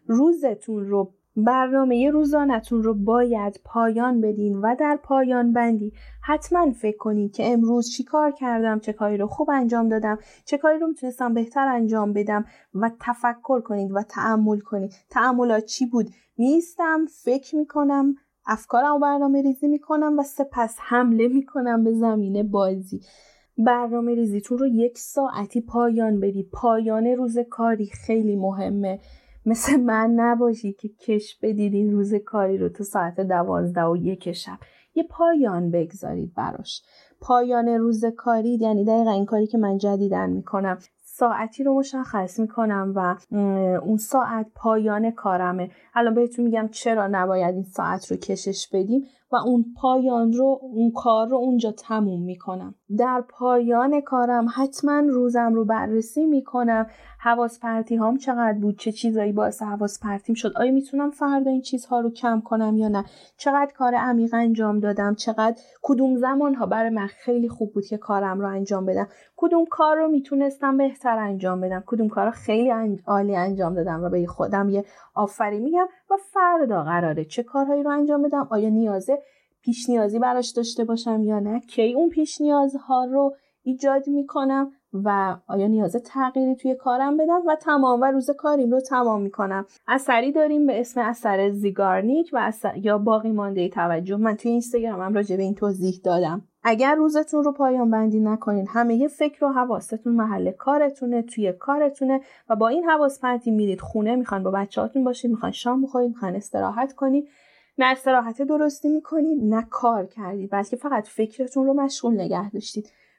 روزتون رو، برنامه روزانه‌تون رو باید پایان بدین و در پایان بندی حتما فکر کنید که امروز چی کار کردم، چه کاری رو خوب انجام دادم، چه کاری رو میتونستم بهتر انجام بدم و تفکر کنید و تأمل کنید. تأملات چی بود؟ میستم، فکر میکنم، افکارم برنامه ریزی میکنم و سپس حمله میکنم به زمین بازی. برنامه ریزیتون رو یک ساعتی پایان بدید. پایان روز کاری خیلی مهمه. مثل من نباشید که کش بدید این روز کاری رو تا ساعت دوازده و یک شب. یه پایان بگذارید براش. پایان روز کاری یعنی دقیقا این کاری که من جدیدن میکنم. ساعتی رو مشخص میکنم و اون ساعت پایان کارمه. الان بهتون میگم چرا نباید این ساعت رو کشش بدیم و اون پایان رو، اون کار رو اونجا تموم میکنم. در پایان کارم حتما روزم رو بررسی میکنم. حواس پرتی هام چقدر بود، چه چیزایی باعث حواس پرتیم شد، آیا میتونم فردا این چیزها رو کم کنم یا نه، چقدر کار عمیق انجام دادم، چقدر کدوم زمانها برای من خیلی خوب بود که کارم رو انجام بدم، کدوم کار رو میتونستم بهتر انجام بدم، کدوم کار رو خیلی عالی انجام دادم و به خودم یه آفرین میگم و فردا قراره چه کارهایی رو انجام بدم، آیا نیازه پیش نیازی براش داشته باشم یا نه، کی اون پیش نیازها رو ایجاد میکنم و آیا نیازه تغییری توی کارم بدم و تمام و روز کاریم رو تمام میکنم. اثری داریم به اسم اثر زیگارنیک و اثر یا باقی مانده توجه. من توی اینستاگرامم راجع به این توضیح دادم. اگر روزتون رو پایان بندی نکنین، همه ی فکر و حواستون محل کارتونه، توی کارتونه و با این حواس پرتی میرید خونه، میخوان با بچه‌هاتون باشید، میخوان شام بخورید، میخوان استراحت کنید، نه استراحت درستی میکنید نه کار کردید، بلکه فقط فکرتون رو مشغول نگه داشتید.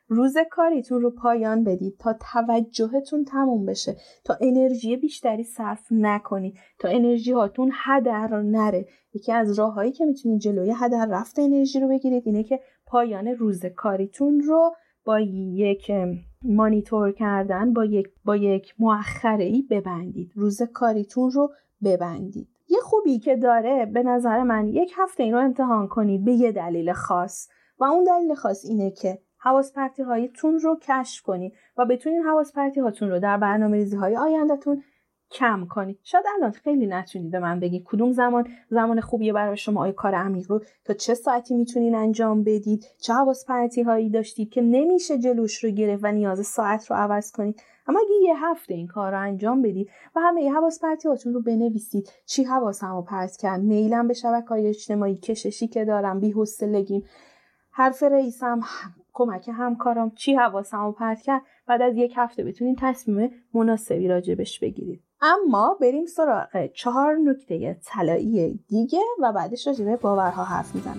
روز کاریتون رو پایان بدید تا توجهتون تموم بشه، تا انرژی بیشتری صرف نکنید، تا انرژی هاتون هدر نره. یکی از راههایی که میتونید جلوی هدر رفت انرژی رو بگیرید اینه که پایان روز کاریتون رو با یک مانیتور کردن، با یک با یک مؤخره‌ای ببندید. روز کاریتون رو ببندید. یه خوبی که داره به نظر من یک هفته این رو امتحان کنید به یه دلیل خاص و اون دلیل خاص اینه که حواس پرتی هایتون رو کشف کنید و بتونید حواس پرتی هاتون رو در برنامه‌ریزی های آینده‌تون کم کنید. شاید الان خیلی نتونید به من بگید کدوم زمان زمان خوبیه برای شما، آیا کار عمیق رو تا چه ساعتی میتونید انجام بدید، چه حواس پرتی هایی داشتید که نمیشه جلوش رو گرفت و نیاز ساعت رو عوض کنید. اما اگه یه هفته این کار رو انجام بدید و همه ی حواس پرتی هاتون رو بنویسید، چی حواسمو پرت کرد، میلم به شبکه‌های اجتماعی، کششی که دارم، بی‌حوصلگیم، حرف رئیسم، کمک همکارم، چی حواسمو پرت کرد، بعد از یک هفته بتونید تصمیم مناسبی راجبش بگیرید. اما بریم سراغ چهار نکته طلایی دیگه و بعدش راجع به باورها حرف میزنم.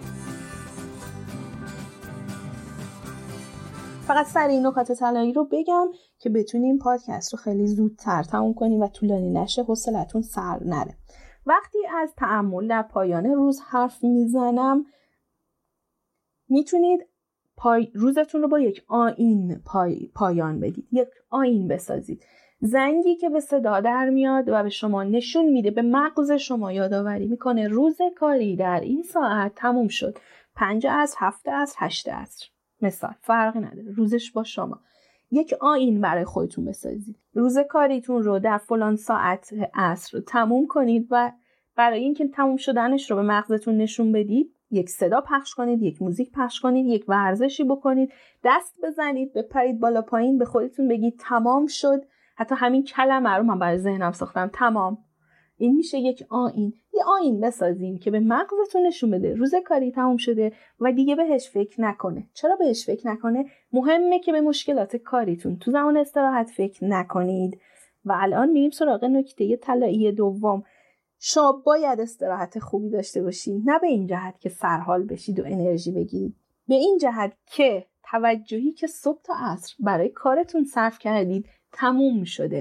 فقط سر این نکات طلایی رو بگم که بتونیم پادکست رو خیلی زودتر تموم کنیم و طولانی نشه، حوصلتون سر نره. وقتی از تأمل در پایان روز حرف میزنم، میتونید پای... روزتون رو با یک آیین پای... پایان بدید. یک آیین بسازید. زنگی که به صدا در میاد و به شما نشون میده، به مغز شما یادآوری میکنه روز کاری در این ساعت تموم شد. پنج عصر، هفت عصر، هشت عصر. مثال فرقی نداره، روزش با شما. یک آیین برای خودتون بسازید. روز کاریتون رو در فلان ساعت عصر تموم کنید و برای اینکه تموم شدنش رو به مغزتون نشون بدید، یک صدا پخش کنید، یک موزیک پخش کنید، یک ورزشی بکنید، دست بزنید، بپرید بالا پایین، به خودتون بگید تمام شد. حتی همین کلمه رو من برای ذهنم ساختم، تمام. این میشه یک آیین. یه آیین بسازیم که به مغزتون نشون بده روز کاری تموم شده و دیگه بهش فکر نکنه. چرا بهش فکر نکنه؟ مهمه که به مشکلات کاریتون تو زمان استراحت فکر نکنید. و الان میریم سراغ نکته طلایی دوم. شما باید استراحت خوبی داشته باشید، نه به این جهت که سرحال بشید و انرژی بگیرید، به این جهت که توجهی که صبح تا عصر برای کارتون صرف کردید تموم شده.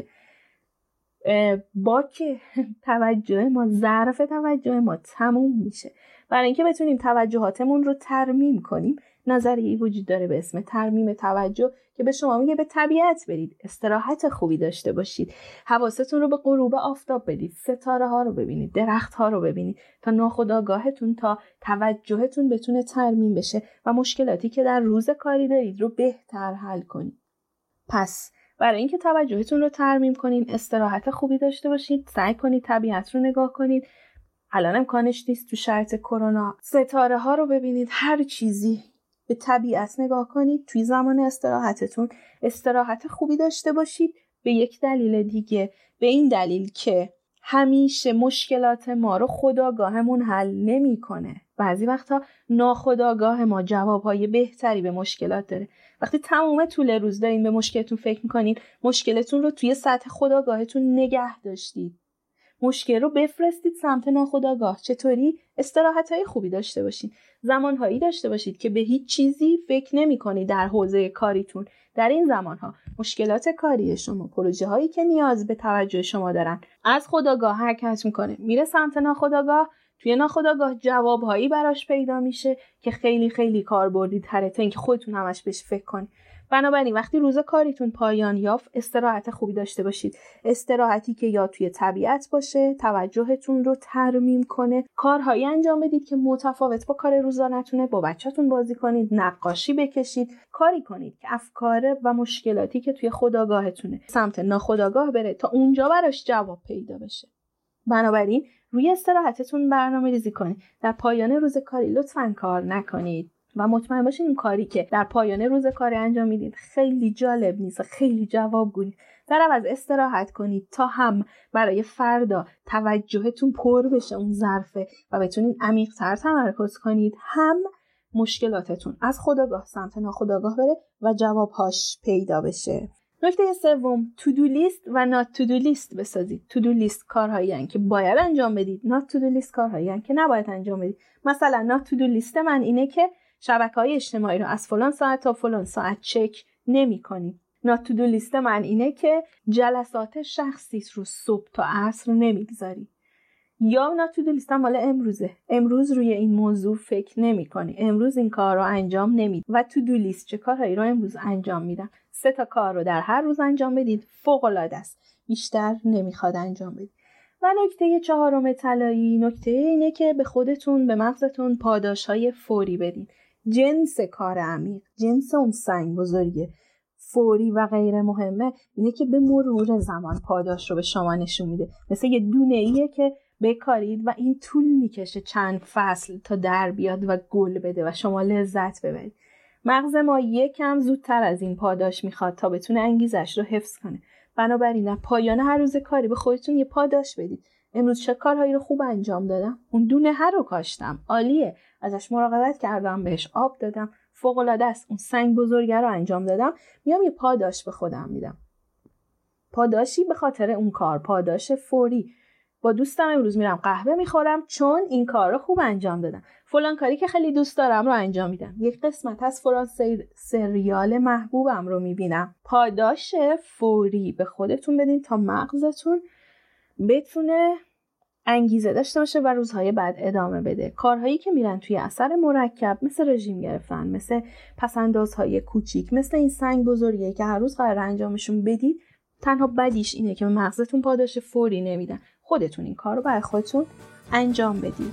با که توجه ما، ظرف توجه ما تموم میشه. برای اینکه بتونیم توجهاتمون رو ترمیم کنیم، نظریه‌ای وجود داره به اسم ترمیم توجه که به شما میگه به طبیعت برید، استراحت خوبی داشته باشید، حواستون رو به غروب آفتاب بدید، ستاره ها رو ببینید، درخت ها رو ببینید، تا ناخودآگاهتون، تا توجهتون بتونه ترمیم بشه و مشکلاتی که در روز کاری دارید رو بهتر حل کنید. پس برای اینکه توجهتون رو ترمیم کنین، استراحت خوبی داشته باشید، سعی کنید طبیعت رو نگاه کنید. الان امکانش نیست تو شرایط کرونا ستاره ها رو ببینید، هر چیزی، به طبیعت نگاه کنید. توی زمان استراحتتون استراحت خوبی داشته باشید. به یک دلیل دیگه، به این دلیل که همیشه مشکلات ما رو خودآگاهمون حل نمی‌کنه. بعضی وقتا ناخودآگاه ما جوابهای بهتری به مشکلات داره. وقتی تمام طول روز دارین به مشکلتون فکر می‌کنین، مشکلتون رو توی سطح خودآگاهتون نگه داشتید. مشکل رو بفرستید سمت ناخودآگاه. چطوری؟ استراحت‌های خوبی داشته باشید. زمان‌هایی داشته باشید که به هیچ چیزی فکر نمی‌کنید در حوزه کاریتون. در این زمان‌ها مشکلات کاری شما، پروژه‌هایی که نیاز به توجه شما دارن، از خودآگاه حرکت می‌کنه، میره سمت ناخودآگاه. توی ناخودآگاه جواب‌هایی براش پیدا میشه که خیلی خیلی کاربردی تره تا اینکه خودتون همش بهش فکر کنید. بنابراین وقتی روز کاریتون پایان یافت، استراحت خوبی داشته باشید. استراحتی که یا توی طبیعت باشه، توجهتون رو ترمیم کنه، کارهایی انجام بدید که متفاوت با کار روزانه‌تونه، با بچه‌تون بازی کنید، نقاشی بکشید، کاری کنید که افکار و مشکلاتی که توی خودآگاهتونه سمت ناخودآگاه بره تا اونجا براش جواب پیدا بشه. بنابراین روی استراحتتون برنامه‌ریزی کنید. در پایان روز کاری لطفاً کار نکنید و مطمئن باشین این کاری که در پایان روز کاری انجام میدید خیلی جالب نیست و خیلی جوابگو. در عوض استراحت کنید تا هم برای فردا توجهتون پر بشه اون ظرفه و بتونید عمیق‌تر تمرکز کنید، هم مشکلاتتون از خودآگاه سمت ناخودآگاه بره و جوابهاش پیدا بشه. نکته سوم، تو دو لیست و نات تو دو لیست بسازید. تو دو لیست کارهایی هستند که باید انجام بدید، نات تو دو لیست کارهایی هستند که نباید انجام بدید. مثلا نات تو دو لیست من اینه که شبکه‌های اجتماعی رو از فلان ساعت تا فلان ساعت چک نمی‌کنیم. نات تو دو لیست من اینه که جلسات شخصیت رو صبح تا عصر نمیگذاری. یا نات تو دو لیست مال امروزه، امروز روی این موضوع فکر نمی‌کنی، امروز این کار رو انجام نمیدی و تو دو لیست چه کارهایی رو امروز انجام میدم. سه تا کار رو در هر روز انجام بدید، فوق‌العاده است. بیشتر نمیخواد انجام بدید. و نکته چهارم طلایی، نکته اینه که به خودتون، به مغزتون پاداش‌های فوری بدید. جنس کار عمیق، جنس اون سنگ بزرگه، فوری و غیر مهمه، اینه که به مرور زمان پاداش رو به شما نشون میده. مثل یه دونه ایه که بکارید و این طول میکشه چند فصل تا در بیاد و گل بده و شما لذت ببرید. مغز ما یکم زودتر از این پاداش میخواد تا بتونه انگیزش رو حفظ کنه. بنابراین پایان هر روز کاری به خودتون یه پاداش بدید. امروز چه کارهایی رو خوب انجام دادم؟ اون دونه هر رو کاشتم، عالیه، ازش مراقبت کردم، بهش آب دادم، فوق العاده است. اون سنگ بزرگه رو انجام دادم، میام یه پاداش به خودم میدم. پاداشی به خاطر اون کار، پاداش فوری. با دوستم امروز میرم قهوه میخورم چون این کار رو خوب انجام دادم. فلان کاری که خیلی دوست دارم رو انجام میدم. یک قسمت از فلان سری... سریال محبوبم رو میبینم. پاداش فوری به خودتون بدین تا مغزتون بتونه انگیزه داشته باشه و روزهای بعد ادامه بده. کارهایی که میرن توی اثر مرکب، مثل رژیم گرفتن، مثل پسندازهای کوچیک، مثل این سنگ بزرگی که هر روز قرار انجامشون بدید، تنها بدیش اینه که مغزتون پاداش فوری نمیدن. خودتون این کار رو برای خودتون انجام بدید.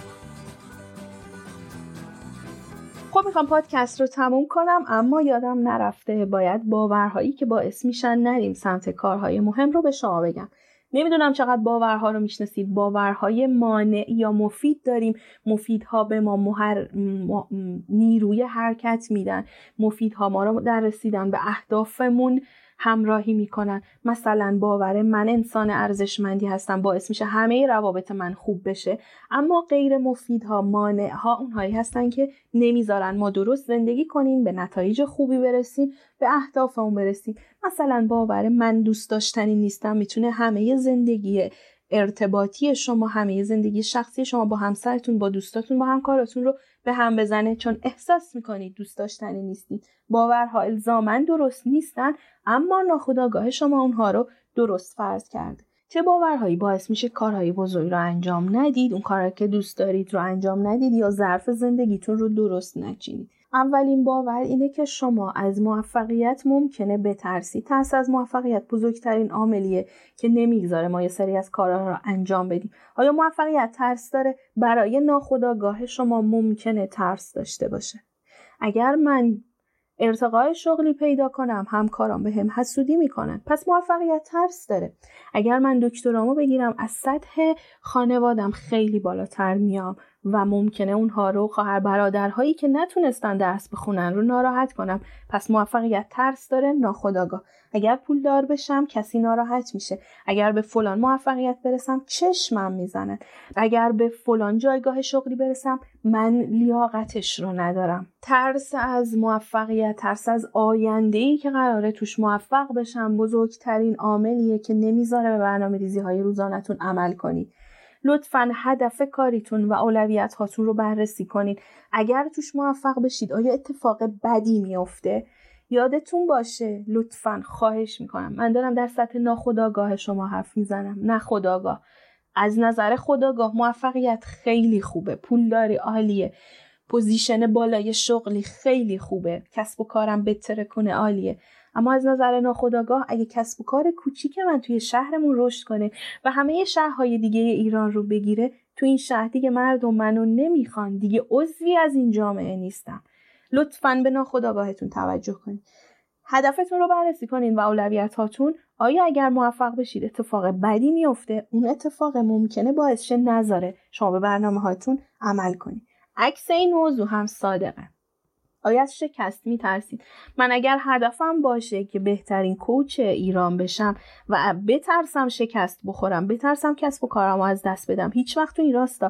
خب میخوام پادکست رو تموم کنم، اما یادم نرفته باید باورهایی که باعث میشن نریم سمت کارهای مهم رو به شما بگم. نمیدونم چقدر باورها رو میشناسید. باورهای مانع یا مفید داریم. مفیدها به ما مهر... م... نیروی حرکت میدن. مفیدها ما رو در رسیدن به اهدافمون همراهی میکنن. مثلا باور من انسان ارزشمندی هستم باعث میشه همه روابط من خوب بشه. اما غیر مفیدها، مانعها، اونهایی هستن که نمیذارن ما درست زندگی کنیم، به نتایج خوبی برسیم، به اهدافمون برسیم. مثلا باور من دوست داشتنی نیستم میتونه همه زندگی ارتباطی شما، همه زندگی شخصی شما با همسرتون، با دوستاتون، با همکاراتون رو به هم بزنه، چون احساس میکنید دوست داشتنی نیستید. باورها الزاماً درست نیستن، اما ناخودآگاه شما اونها رو درست فرض کرده. چه باورهایی باعث میشه کارهای بزرگ رو انجام ندید، اون کارا که دوست دارید رو انجام ندید یا ظرف زندگیتون رو درست نچینید؟ اولین باور اینه که شما از موفقیت ممکنه بترسید. ترس از موفقیت بزرگترین عاملیه که نمیگذاره ما یه سری از کارها رو انجام بدیم. آیا موفقیت ترس داره؟ برای ناخودآگاه شما ممکنه ترس داشته باشه. اگر من ارتقای شغلی پیدا کنم، همکارام به هم حسودی میکنن، پس موفقیت ترس داره. اگر من دکترامو بگیرم، از سطح خانوادم خیلی بالاتر میام و ممکنه اونها رو، خواهر برادرهایی که نتونستن درس بخونن رو ناراحت کنم، پس موفقیت ترس داره، ناخودآگاه. اگر پولدار بشم کسی ناراحت میشه. اگر به فلان موفقیت برسم چشمم میزنن. اگر به فلان جایگاه شغلی برسم من لیاقتش رو ندارم. ترس از موفقیت، ترس از آینده‌ای که قراره توش موفق بشم بزرگترین عاملیه که نمیذاره به برنامه‌ریزی‌های روزانه‌تون عمل کنید. لطفاً هدف کاریتون و اولویت هاتون رو بررسی کنید. اگر توش موفق بشید آیا اتفاق بدی میفته؟ یادتون باشه، لطفاً خواهش میکنم، من دارم در سطح ناخودآگاه شما حرف میزنم، نه خودآگاه. از نظر خودآگاه موفقیت خیلی خوبه، پولداری عالیه، پوزیشن بالای شغلی خیلی خوبه، کسب و کارم بهتره کنه عالیه. اما از نظر ناخودآگاه اگه کسب و کار کوچیک من توی شهرمون رشد کنه و همه شهرهای دیگه ایران رو بگیره، تو این شهر دیگه مردم منو نمیخوان، دیگه عضوی از این جامعه نیستم. لطفاً به ناخودآگاهتون توجه کنید. هدفتون رو بررسی کنین و اولویتاتون. آیا اگر موفق بشید اتفاق بدی میفته؟ اون اتفاق ممکنه باعث شه نذاره شما به برنامه‌هاتون عمل کنید. عکس این موضوع هم صادقه. آیا از شکست میترسید؟ من اگر هدفم باشه که بهترین کوچ ایران بشم و بترسم شکست بخورم، بترسم کسب و کارمو از دست بدم، هیچ وقت تو این راستا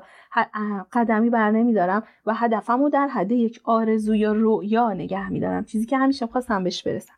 قدمی بر نمیدارم و هدفمو در حد یک آرزو یا رؤیا نگه میدارم، چیزی که همیشه خواستم بهش برسم.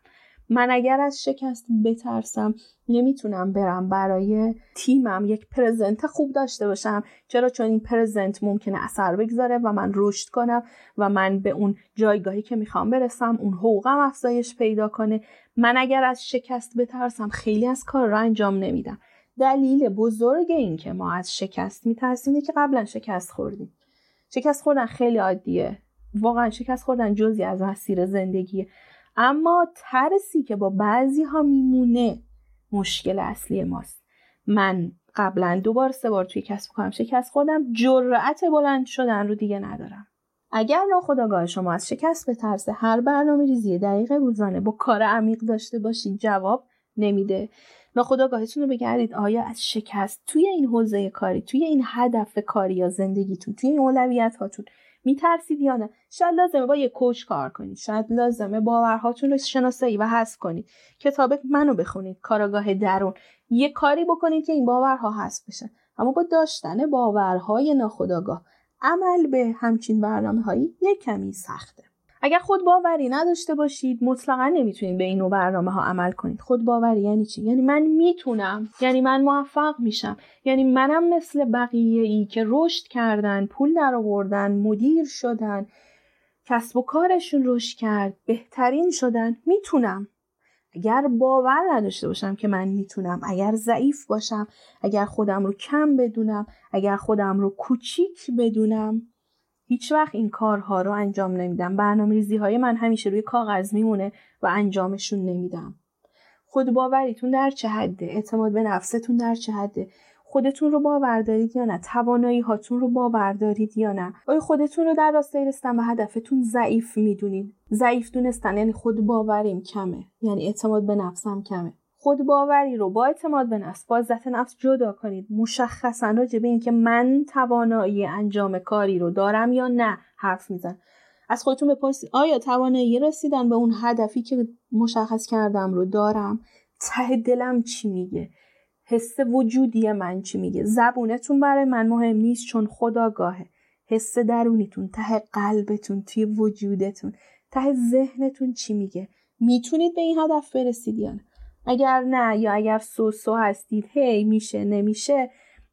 من اگر از شکست بترسم نمیتونم برم برای تیمم یک پرزنت خوب داشته باشم. چرا؟ چون این پرزنت ممکنه اثر بگذاره و من رشد کنم و من به اون جایگاهی که میخوام برسم، اون حقوقم افزایش پیدا کنه. من اگر از شکست بترسم خیلی از کار رو انجام نمیدم. دلیل بزرگ این که ما از شکست میترسیم اینه که قبلا شکست خوردیم. شکست خوردن خیلی عادیه، واقعا شکست خوردن جزئی از مسیر زندگیه، اما ترسی که با بعضی ها میمونه مشکل اصلی ماست. من قبلا دو بار سه بار توی کسب و کارم شکست خوردم، جرأت بلند شدن رو دیگه ندارم. اگر ناخودآگاه شما از شکست بترسه، هر برنامه‌ریزی دقیق روزانه با کار عمیق داشته باشید جواب نمیده. ناخودآگاهتون رو بگردید آیا از شکست توی این حوزه کاری، توی این هدف کاری یا زندگیتون، توی این اولویت هاتون میترسید یا نه. شاید لازمه با یه کوچ کار کنید، شاید لازمه باورهاتون رو شناسایی و حذف کنید، کتاب منو بخونید، کارآگاه درون، یه کاری بکنید که این باورها حذف بشن. اما با داشتن باورهای ناخودآگاه عمل به همچین برنامه‌هایی یک کمی سخته. اگر خود باوری نداشته باشید مطلقاً نمیتونید به این نوع برنامه‌ها عمل کنید. خود باوری یعنی چی؟ یعنی من میتونم، یعنی من موفق میشم، یعنی منم مثل بقیه‌ای که رشد کردن، پول درآوردن، مدیر شدن، کسب و کارشون رشد کرد، بهترین شدن، میتونم. اگر باور نداشته باشم که من میتونم، اگر ضعیف باشم، اگر خودم رو کم بدونم، اگر خودم رو کوچیک بدونم، هیچ وقت این کارها رو انجام نمیدم. برنامه‌ریزی های من همیشه روی کاغذ میمونه و انجامشون نمیدم. خود باوریتون در چه حده؟ اعتماد به نفستون در چه حده؟ خودتون رو باور دارید یا نه؟ توانایی هاتون رو باور دارید یا نه؟ آیا خودتون رو در راستای رسیدن به هدفتون ضعیف میدونید؟ ضعیف دونستن یعنی خود باوریم کمه، یعنی اعتماد به نفسم کمه. خود باوری رو با اعتماد به نفس، با عزت نفس جدا کنید. مشخصا راجع به این که من توانایی انجام کاری رو دارم یا نه حرف میزن. از خودتون بپرسید آیا توانایی رسیدن به اون هدفی که مشخص کردم رو دارم؟ ته دلم چی میگه؟ حس وجودی من چی میگه؟ زبونتون برای من مهم نیست چون خودآگاهه. حس درونیتون، ته قلبتون، توی وجودتون، ته ذهنتون چی میگه؟ میتونید به این هدف برسید یا نه؟ اگر نه یا اگر سو سو هستید، هی میشه نمیشه،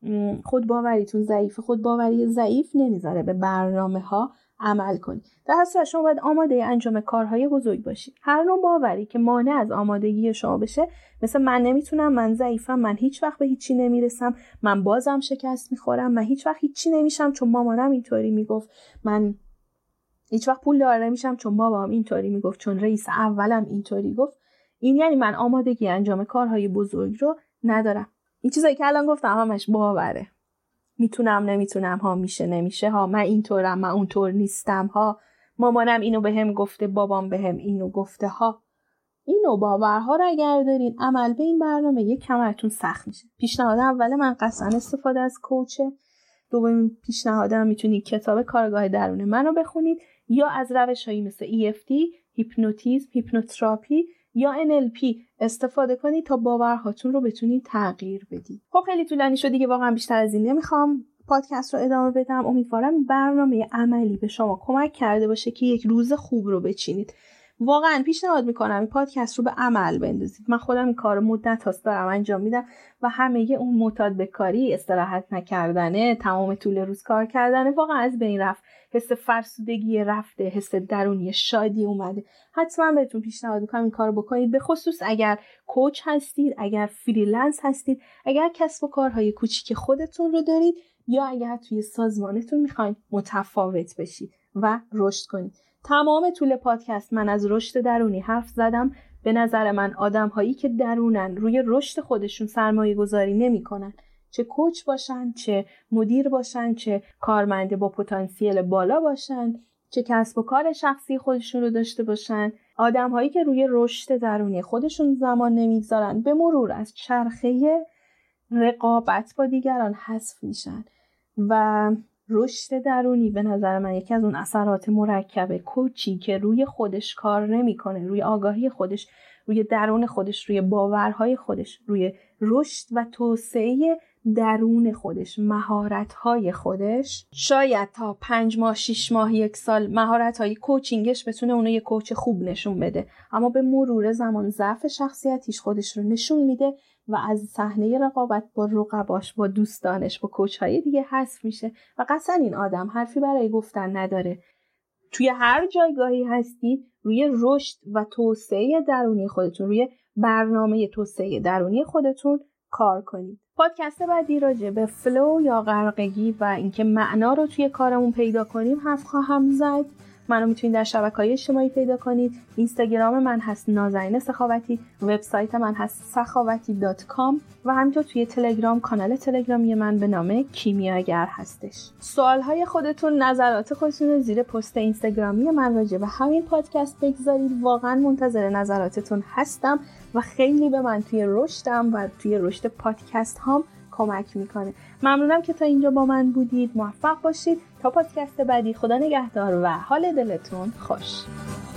خود باوریتون ضعیفه. خود باوری ضعیف نمیذاره به برنامه ها عمل کنید. در اصل شما باید آماده انجام کارهای بزرگ باشید. هر نوع باوری که مانع از آمادگی شما بشه، مثل من نمیتونم، من ضعیفم، من هیچ وقت به هیچی نمیرسم، من بازم شکست میخورم، من هیچ وقت هیچی نمیشم چون مامانم اینطوری میگفت، من هیچ وقت پول دار نمیشم چون بابام اینطوری میگفت، چون رئیس اولم اینطوری گفت. این یعنی من آمادگی انجام کارهای بزرگ رو ندارم. این چیزایی که الان گفتم همش باوره. میتونم نمیتونم ها، میشه نمیشه ها، من اینطورم من اونطور نیستم ها، مامانم اینو بهم گفته، بابام بهم اینو گفته ها. اینو باورها رو اگر دارین، عمل به این برنامه یک کمرتون سخت میشه. پیشنهاد اول من قطعا استفاده از کوچه. دومین پیشنهادم میتونید کتاب کارگاه درون منو بخونید یا از روش‌هایی مثل ای اف تی، هیپنوتیزم، هیپنوتراپی یا ان ال پی استفاده کنید تا باورهاتون رو بتونید تغییر بدید. خب خیلی طولانی شد دیگه، واقعا بیشتر از این نمیخوام پادکست رو ادامه بدم. امیدوارم برنامه عملی به شما کمک کرده باشه که یک روز خوب رو بچینید. واقعا پیشنهاد میکنم این پادکست رو به عمل بندازید. من خودم این کار مدت هاست دارم انجام میدم و همه اون معتاد به کاری، استراحت نکردنه، تمام طول روز کار کردنه واقعا از بین رفت. حس فرسودگی رفته، حس درونی شادی اومده. حتما بهتون پیشنهاد میکنم این کار بکنید، به خصوص اگر کوچ هستید، اگر فریلنس هستید، اگر کسب و کارهای کوچیک خودتون رو دارید یا اگر توی سازمانتون میخواید متفاوت بشید و رشد کنید. تمام طول پادکست من از رشد درونی حرف زدم. به نظر من آدم هایی که درونن روی رشد خودشون سرمایه گذاری نمی کنن، چه کوچ باشن، چه مدیر باشن، چه کارمند با پتانسیل بالا باشن، چه کسب و کار شخصی خودشون رو داشته باشن، آدم هایی که روی رشد درونی خودشون زمان نمیگذارن به مرور از چرخه رقابت با دیگران حذف میشن. و رشد درونی به نظر من یکی از اون اثرات مرکبه. کوچی که روی خودش کار نمیکنه، روی آگاهی خودش، روی درون خودش، روی باورهای خودش، روی رشد و توسعه درون خودش، مهارت‌های خودش، شاید تا پنج ماه، شش ماه، یک سال مهارت‌های کوچینگش بتونه اونو یه کوچ خوب نشون بده، اما به مرور زمان ضعف شخصیتیش خودش رو نشون میده و از صحنه رقابت با رقباش، با دوستانش، با کوچ‌های دیگه حذف میشه و قطعاً این آدم حرفی برای گفتن نداره. توی هر جایگاهی هستید روی رشد و توسعه درونی خودتون، روی برنامه توسعه درونی خودتون کار کنید. پادکست بعدی راجع به فلو یا غرقگی و اینکه معنا رو توی کارمون پیدا کنیم حرف خواهم زد. منو میتونید در شبکه‌های اجتماعی پیدا کنید. اینستاگرام من هست نازنین سخاوتی، وبسایت من هست سخاوتی دات کام و همینطور توی تلگرام کانال تلگرامی من به نام کیمیاگر هستش. سوالهای خودتون، نظرات خودتون رو زیر پست اینستاگرامی من راجع به همین پادکست بگذارید. واقعا منتظر نظراتتون هستم و خیلی به من توی رشدم و توی رشد پادکست هام کمک میکنه. ممنونم که تا اینجا با من بودید. موفق باشید. تا پادکست بعدی، خدا نگهدار و حال دلتون خوش.